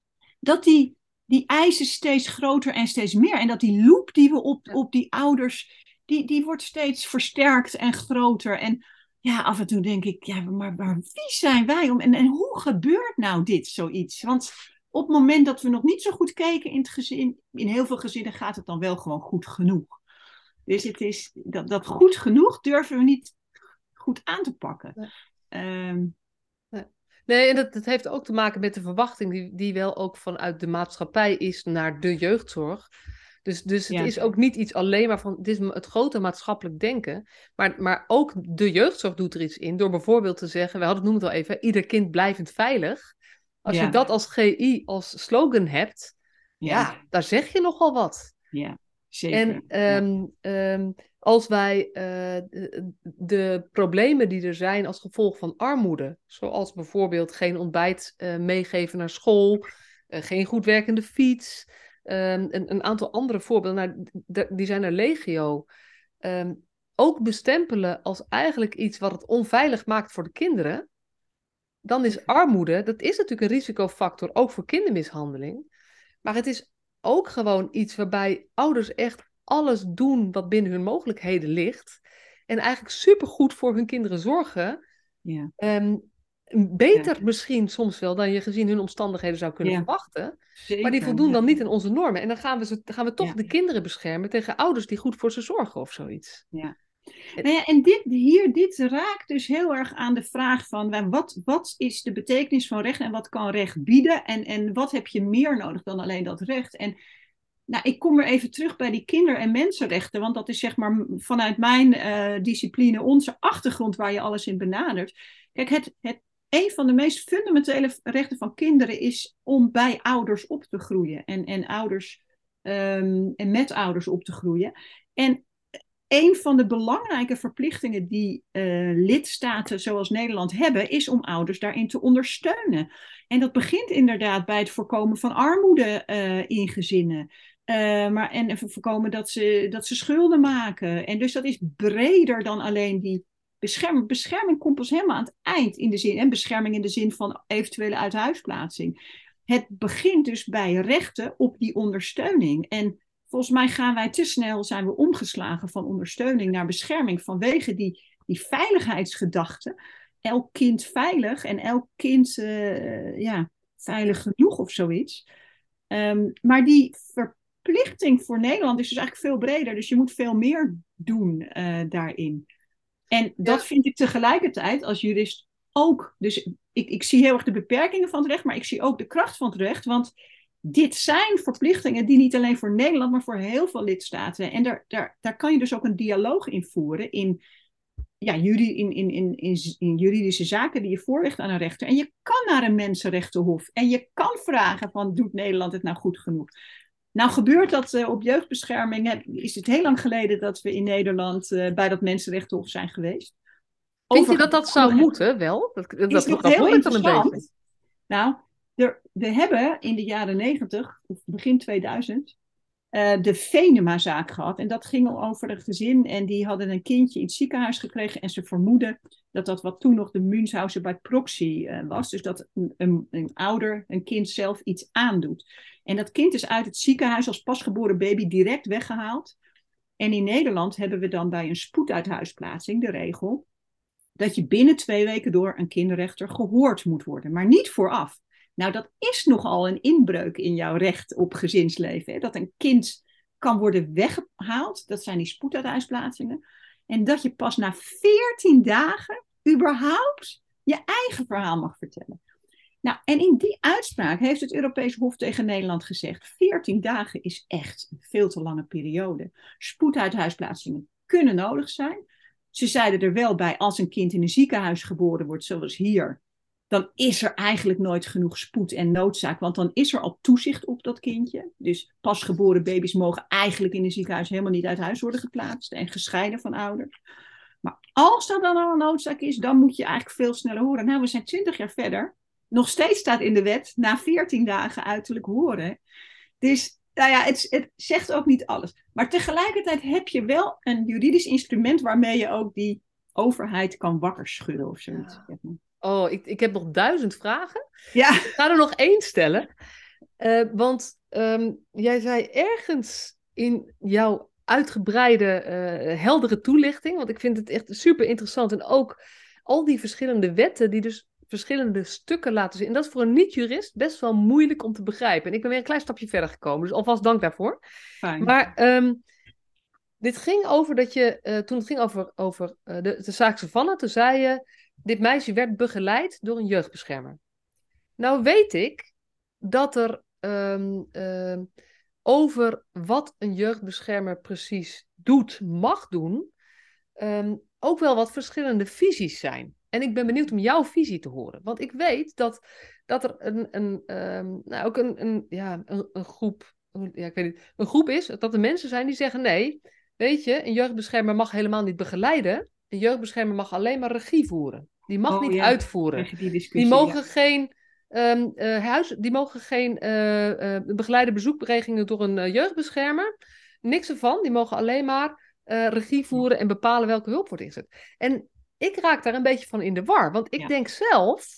S2: dat die, die eisen steeds groter en steeds meer, en dat die loop die we op,
S1: Ja.
S2: op die ouders, die, die wordt steeds versterkt en groter. En ja, af en toe denk ik, ja, maar, maar wie zijn wij om, en, en hoe gebeurt nou dit, zoiets? Want op het moment dat we nog niet zo goed keken in het gezin, in heel veel gezinnen gaat het dan wel gewoon goed genoeg. Dus het is, dat, dat goed genoeg durven we niet goed aan te pakken.
S1: Nee.
S2: Um,
S1: Nee, en dat, dat heeft ook te maken met de verwachting die, die wel ook vanuit de maatschappij is naar de jeugdzorg. Dus, dus het
S2: ja.
S1: is ook niet iets alleen maar van, het is het grote maatschappelijk denken, maar, maar ook de jeugdzorg doet er iets in door bijvoorbeeld te zeggen, we hadden het noemen het al even, ieder kind blijvend veilig. Als
S2: Ja.
S1: je dat als G I, als slogan hebt, ja,
S2: Ja.
S1: daar zeg je nogal wat.
S2: Ja, zeker.
S1: En um, ja. um, als wij uh, de, de problemen die er zijn als gevolg van armoede, zoals bijvoorbeeld geen ontbijt uh, meegeven naar school, uh, geen goed werkende fiets, um, een, een aantal andere voorbeelden, nou, d- die zijn er legio, um, ook bestempelen als eigenlijk iets wat het onveilig maakt voor de kinderen, dan is armoede, dat is natuurlijk een risicofactor, ook voor kindermishandeling, maar het is ook gewoon iets waarbij ouders echt alles doen wat binnen hun mogelijkheden ligt. En eigenlijk supergoed voor hun kinderen zorgen.
S2: Ja.
S1: Um, beter
S2: ja.
S1: misschien soms wel dan je gezien hun omstandigheden zou kunnen
S2: ja.
S1: verwachten.
S2: Zeker,
S1: maar die voldoen
S2: ja.
S1: dan niet aan onze normen. En dan gaan we, ze, gaan we toch
S2: ja.
S1: de kinderen beschermen tegen ouders die goed voor ze zorgen of zoiets.
S2: Ja. Nou ja, en dit, hier, dit raakt dus heel erg aan de vraag van wat, wat is de betekenis van recht en wat kan recht bieden en, en wat heb je meer nodig dan alleen dat recht. En nou, ik kom weer even terug bij die kinder- en mensenrechten, want dat is zeg maar vanuit mijn uh, discipline, onze achtergrond waar je alles in benadert. Kijk, het, het, een van de meest fundamentele rechten van kinderen is om bij ouders op te groeien en, en, ouders, um, en met ouders op te groeien. En een van de belangrijke verplichtingen die uh, lidstaten zoals Nederland hebben, is om ouders daarin te ondersteunen. En dat begint inderdaad bij het voorkomen van armoede uh, in gezinnen. Uh, maar, en voorkomen dat ze, dat ze schulden maken. En dus dat is breder dan alleen die bescherming. Bescherming komt pas helemaal aan het eind in de zin. En bescherming in de zin van eventuele uithuisplaatsing. Het begint dus bij rechten op die ondersteuning. En volgens mij gaan wij te snel, zijn we omgeslagen van ondersteuning naar bescherming vanwege die, die veiligheidsgedachte. Elk kind veilig en elk kind uh, ja, veilig genoeg of zoiets. Um, maar die verplichting voor Nederland is dus eigenlijk veel breder. Dus je moet veel meer doen uh, daarin. En dat ja. vind ik tegelijkertijd als jurist ook. Dus ik, ik zie heel erg de beperkingen van het recht, maar ik zie ook de kracht van het recht. Want dit zijn verplichtingen die niet alleen voor Nederland, maar voor heel veel lidstaten. En daar, daar, daar kan je dus ook een dialoog in voeren in, ja, juri, in, in, in, in, in juridische zaken die je voorlegt aan een rechter. En je kan naar een mensenrechtenhof. En je kan vragen van, doet Nederland het nou goed genoeg? Nou gebeurt dat uh, op jeugdbescherming. Hè, is het heel lang geleden dat we in Nederland uh, bij dat mensenrechtenhof zijn geweest.
S1: Vind Over... je dat dat zou moeten, wel? Dat, dat,
S2: is
S1: dat,
S2: dat heel interessant.
S1: Een beetje.
S2: Nou, er, we hebben in de jaren negentig, of begin tweeduizend, uh, de Venema-zaak gehad. En dat ging over een gezin en die hadden een kindje in het ziekenhuis gekregen en ze vermoeden dat dat wat toen nog de Münchhausen bij proxy uh, was. Dus dat een, een, een ouder een kind zelf iets aandoet. En dat kind is uit het ziekenhuis als pasgeboren baby direct weggehaald. En in Nederland hebben we dan bij een spoeduithuisplaatsing de regel dat je binnen twee weken door een kinderrechter gehoord moet worden, maar niet vooraf. Nou, dat is nogal een inbreuk in jouw recht op gezinsleven. Hè? Dat een kind kan worden weggehaald, dat zijn die spoeduithuisplaatsingen. En dat je pas na veertien dagen überhaupt je eigen verhaal mag vertellen. Nou, en in die uitspraak heeft het Europees Hof tegen Nederland gezegd, veertien dagen is echt een veel te lange periode. Spoeduithuisplaatsingen kunnen nodig zijn. Ze zeiden er wel bij, als een kind in een ziekenhuis geboren wordt, zoals hier, dan is er eigenlijk nooit genoeg spoed en noodzaak. Want dan is er al toezicht op dat kindje. Dus pasgeboren baby's mogen eigenlijk in een ziekenhuis helemaal niet uit huis worden geplaatst en gescheiden van ouders. Maar als dat dan al een noodzaak is, dan moet je eigenlijk veel sneller horen. Nou, we zijn twintig jaar verder. Nog steeds staat in de wet, na veertien dagen uiterlijk horen. Dus, nou ja, het, het zegt ook niet alles. Maar tegelijkertijd heb je wel een juridisch instrument waarmee je ook die overheid kan wakker schudden of zoiets.
S1: Ja. Oh, ik, ik heb nog duizend vragen.
S2: Ja.
S1: Ik ga er nog één stellen. Uh, want um, jij zei ergens in jouw uitgebreide, uh, heldere toelichting, want ik vind het echt super interessant. En ook al die verschillende wetten die dus verschillende stukken laten zien. En dat is voor een niet-jurist best wel moeilijk om te begrijpen. En ik ben weer een klein stapje verder gekomen, dus alvast dank daarvoor.
S2: Fijn.
S1: Maar um, dit ging over dat je, uh, toen het ging over, over uh, de, de zaak Savannah, toen zei je, dit meisje werd begeleid door een jeugdbeschermer. Nou weet ik dat er um, uh, over wat een jeugdbeschermer precies doet, mag doen, um, ook wel wat verschillende visies zijn. En ik ben benieuwd om jouw visie te horen. Want ik weet dat, dat er een, een, um, nou, ook een, een, ja, een, een groep, ja, ik weet niet, een groep is, dat er mensen zijn die zeggen, nee, weet je, een jeugdbeschermer mag helemaal niet begeleiden. Een jeugdbeschermer mag alleen maar regie voeren. Die mag oh, niet ja. uitvoeren. Die, die mogen ja. geen, um, uh, huis, die mogen geen uh, uh, begeleide bezoekberegeningen door een uh, jeugdbeschermer. Niks ervan. Die mogen alleen maar uh, regie voeren en bepalen welke hulp wordt ingezet. En ik raak daar een beetje van in de war. Want ik ja. denk zelf,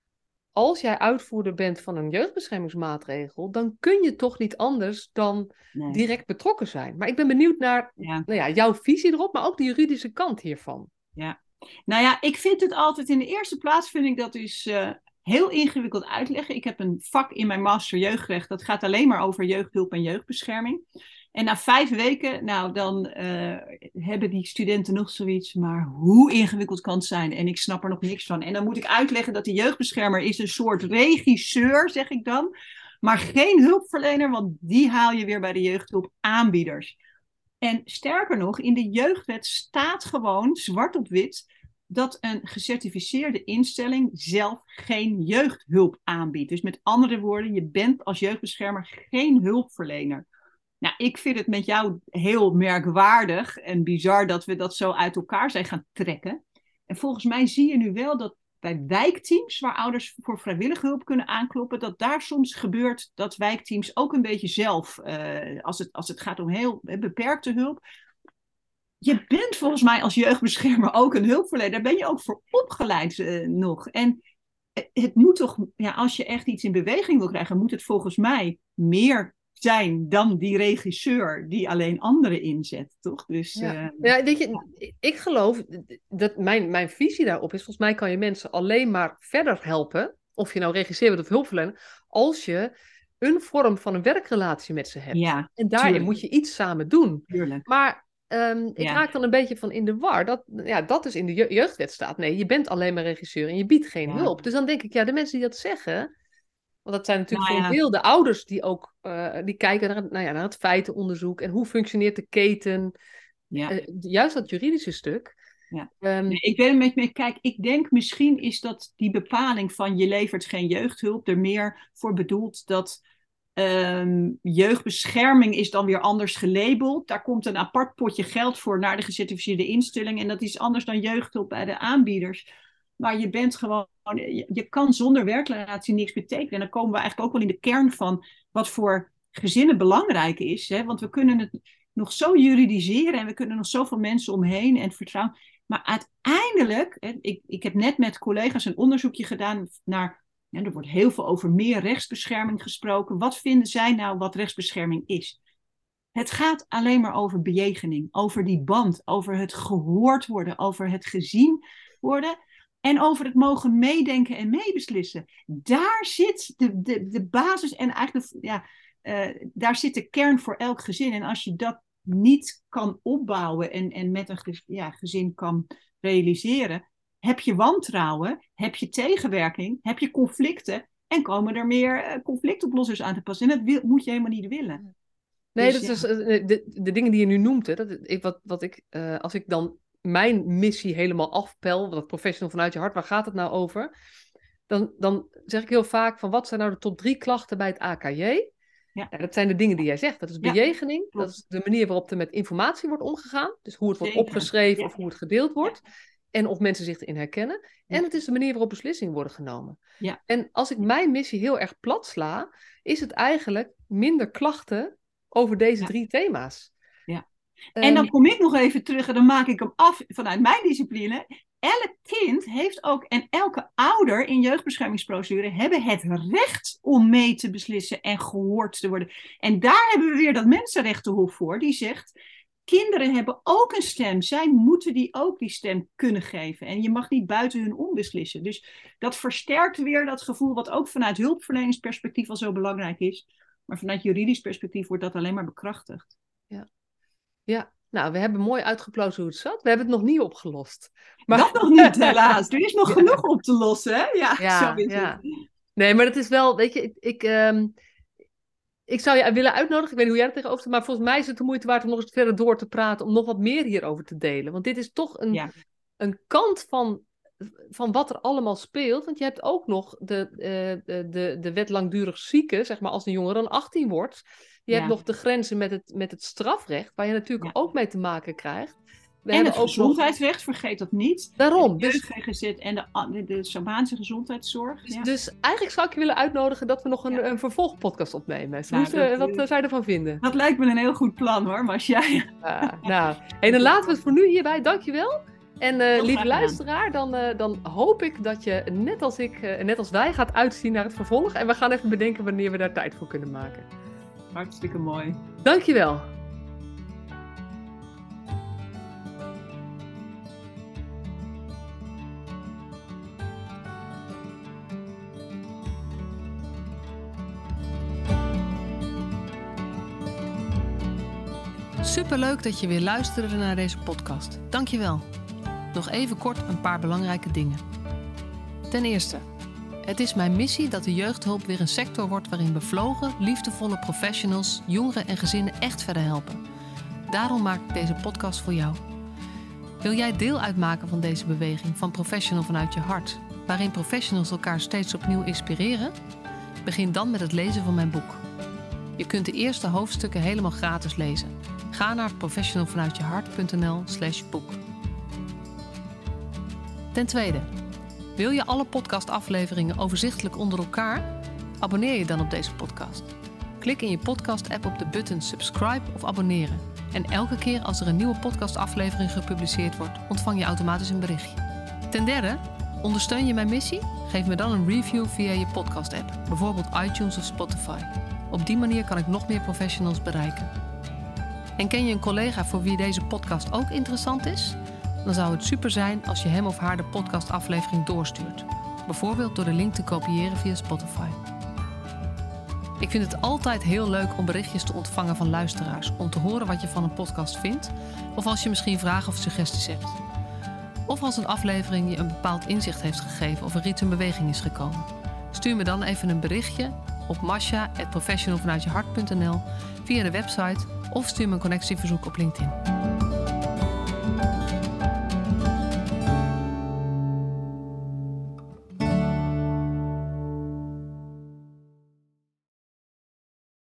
S1: als jij uitvoerder bent van een jeugdbeschermingsmaatregel, dan kun je toch niet anders dan nee. direct betrokken zijn. Maar ik ben benieuwd naar ja. Nou ja, jouw visie erop, maar ook de juridische kant hiervan.
S2: Ja. Nou ja, ik vind het altijd, in de eerste plaats vind ik dat dus uh, heel ingewikkeld uitleggen. Ik heb een vak in mijn master jeugdrecht, dat gaat alleen maar over jeugdhulp en jeugdbescherming. En na vijf weken, nou dan uh, hebben die studenten nog zoiets, maar hoe ingewikkeld kan het zijn? En ik snap er nog niks van. En dan moet ik uitleggen dat de jeugdbeschermer is een soort regisseur, zeg ik dan. Maar geen hulpverlener, want die haal je weer bij de jeugdhulpaanbieders. En sterker nog, in de jeugdwet staat gewoon, zwart op wit, dat een gecertificeerde instelling zelf geen jeugdhulp aanbiedt. Dus met andere woorden, je bent als jeugdbeschermer geen hulpverlener. Nou, ik vind het met jou heel merkwaardig en bizar dat we dat zo uit elkaar zijn gaan trekken. En volgens mij zie je nu wel dat bij wijkteams, waar ouders voor vrijwillige hulp kunnen aankloppen, dat daar soms gebeurt dat wijkteams ook een beetje zelf, uh, als, het, als het gaat om heel uh, beperkte hulp. Je bent volgens mij als jeugdbeschermer ook een hulpverlener. Daar ben je ook voor opgeleid uh, nog. En het moet toch, ja, als je echt iets in beweging wil krijgen, moet het volgens mij meer zijn dan die regisseur die alleen anderen inzet, toch? Dus,
S1: ja.
S2: Uh,
S1: ja, weet je, ja. ik geloof dat mijn, mijn visie daarop is, volgens mij kan je mensen alleen maar verder helpen, of je nou regisseur bent of hulpverlener, als je een vorm van een werkrelatie met ze hebt.
S2: Ja,
S1: en daarin tuurlijk. moet je iets samen doen.
S2: Tuurlijk.
S1: Maar um, ik
S2: ja.
S1: raak dan een beetje van in de war, dat, ja, dat dus in de je- jeugdwet staat. Nee, je bent alleen maar regisseur en je biedt geen ja. hulp. Dus dan denk ik, ja, de mensen die dat zeggen, want dat zijn natuurlijk nou, voor een ja. deel de ouders die ook uh, die kijken naar, nou ja, naar het feitenonderzoek en hoe functioneert de keten. Ja. Uh, juist dat juridische stuk.
S2: Ja. Um, nee, ik ben het met me. Kijk, ik denk misschien is dat die bepaling van je levert geen jeugdhulp er meer voor bedoeld dat um, jeugdbescherming is dan weer anders gelabeld. Daar komt een apart potje geld voor naar de gecertificeerde instelling en dat is anders dan jeugdhulp bij de aanbieders. Maar je bent gewoon, je, je kan zonder werkrelatie niks betekenen. En dan komen we eigenlijk ook wel in de kern van wat voor gezinnen belangrijk is. Hè? Want we kunnen het nog zo juridiseren en we kunnen nog zoveel mensen omheen en vertrouwen. Maar uiteindelijk, hè, ik, ik heb net met collega's een onderzoekje gedaan naar, ja, er wordt heel veel over meer rechtsbescherming gesproken. Wat vinden zij nou wat rechtsbescherming is? Het gaat alleen maar over bejegening, over die band, over het gehoord worden, over het gezien worden. En over het mogen meedenken en meebeslissen. Daar zit de, de, de basis en eigenlijk de, ja, uh, daar zit de kern voor elk gezin. En als je dat niet kan opbouwen en, en met een gez, ja, gezin kan realiseren, heb je wantrouwen, heb je tegenwerking, heb je conflicten en komen er meer uh, conflictoplossers aan te passen. En dat wil, moet je helemaal niet willen.
S1: Nee,
S2: dus,
S1: dat
S2: ja.
S1: is, uh, de, de dingen die je nu noemt, hè, dat, ik, wat, wat ik, uh, als ik dan mijn missie helemaal afpel, wat professional vanuit je hart, waar gaat het nou over? dan, dan zeg ik heel vaak van wat zijn nou de top drie klachten bij het A K J?
S2: Ja.
S1: Nou, dat zijn de dingen die jij zegt. Dat is bejegening,
S2: ja,
S1: dat is de manier waarop er met informatie wordt omgegaan. Dus hoe het wordt
S2: Zeker.
S1: opgeschreven
S2: ja.
S1: of hoe het gedeeld wordt. Ja. En of mensen zich erin herkennen. En
S2: ja.
S1: het is de manier waarop beslissingen worden genomen.
S2: Ja.
S1: En als ik mijn missie heel erg plat sla, is het eigenlijk minder klachten over deze ja. drie thema's.
S2: Ja. En um, dan kom ik nog even terug en dan maak ik hem af vanuit mijn discipline. Elk kind heeft ook, en elke ouder in jeugdbeschermingsprocedure hebben het recht om mee te beslissen en gehoord te worden. En daar hebben we weer dat Mensenrechtenhof voor, die zegt, kinderen hebben ook een stem. Zij moeten die ook die stem kunnen geven. En je mag niet buiten hun om beslissen. Dus dat versterkt weer dat gevoel wat ook vanuit hulpverleningsperspectief al zo belangrijk is. Maar vanuit juridisch perspectief wordt dat alleen maar bekrachtigd.
S1: Ja, ja. Nou, we hebben mooi uitgeplozen hoe het zat. We hebben het nog niet opgelost.
S2: Maar... Dat nog niet, helaas. Er is nog ja. genoeg op te lossen, hè? Ja,
S1: ja,
S2: zo is
S1: ja.
S2: het.
S1: Nee, maar het is wel, weet je, ik, ik, um, ik zou je willen uitnodigen. Ik weet niet hoe jij er tegenover staat, maar volgens mij is het de moeite waard om nog eens verder door te praten, om nog wat meer hierover te delen. Want dit is toch een, ja. een kant van, van wat er allemaal speelt. Want je hebt ook nog de, uh, de, de, de wet langdurig zieken, zeg maar, als een jongere dan achttien wordt. Je ja. hebt nog de grenzen met het, met het strafrecht, waar je natuurlijk ja. ook mee te maken krijgt. We
S2: en het gezondheidsrecht, nog... vergeet dat niet.
S1: Daarom.
S2: De G G Z en de, de, de Samaanse gezondheidszorg.
S1: Dus,
S2: ja.
S1: dus eigenlijk zou ik je willen uitnodigen dat we nog een, ja. een vervolgpodcast opnemen. Nou, Hoe, dat, wat uh, zou je ervan vinden?
S2: Dat lijkt me een heel goed plan hoor, Masja.
S1: Ja, nou, en dan laten we het voor nu hierbij. Dankjewel. En uh, lieve luisteraar, dan, uh, dan hoop ik dat je net als ik, uh, net als wij, gaat uitzien naar het vervolg. En we gaan even bedenken wanneer we daar tijd voor kunnen maken.
S2: Hartstikke mooi.
S1: Dankjewel. Superleuk dat je weer luisterde naar deze podcast. Dankjewel. Nog even kort een paar belangrijke dingen. Ten eerste, het is mijn missie dat de jeugdhulp weer een sector wordt waarin bevlogen, liefdevolle professionals, jongeren en gezinnen echt verder helpen. Daarom maak ik deze podcast voor jou. Wil jij deel uitmaken van deze beweging van Professional vanuit je hart, waarin professionals elkaar steeds opnieuw inspireren? Begin dan met het lezen van mijn boek. Je kunt de eerste hoofdstukken helemaal gratis lezen. Ga naar professionalvanuitjehart.nl slash boek. Ten tweede, wil je alle podcastafleveringen overzichtelijk onder elkaar? Abonneer je dan op deze podcast. Klik in je podcast-app op de button subscribe of abonneren. En elke keer als er een nieuwe podcastaflevering gepubliceerd wordt, ontvang je automatisch een berichtje. Ten derde, ondersteun je mijn missie? Geef me dan een review via je podcast-app, bijvoorbeeld iTunes of Spotify. Op die manier kan ik nog meer professionals bereiken. En ken je een collega voor wie deze podcast ook interessant is? Dan zou het super zijn als je hem of haar de podcastaflevering doorstuurt. Bijvoorbeeld door de link te kopiëren via Spotify. Ik vind het altijd heel leuk om berichtjes te ontvangen van luisteraars, om te horen wat je van een podcast vindt, of als je misschien vragen of suggesties hebt. Of als een aflevering je een bepaald inzicht heeft gegeven of er iets in beweging is gekomen. Stuur me dan even een berichtje op masja at professionalvanuitjehart punt n l via de website of stuur me een connectieverzoek op LinkedIn.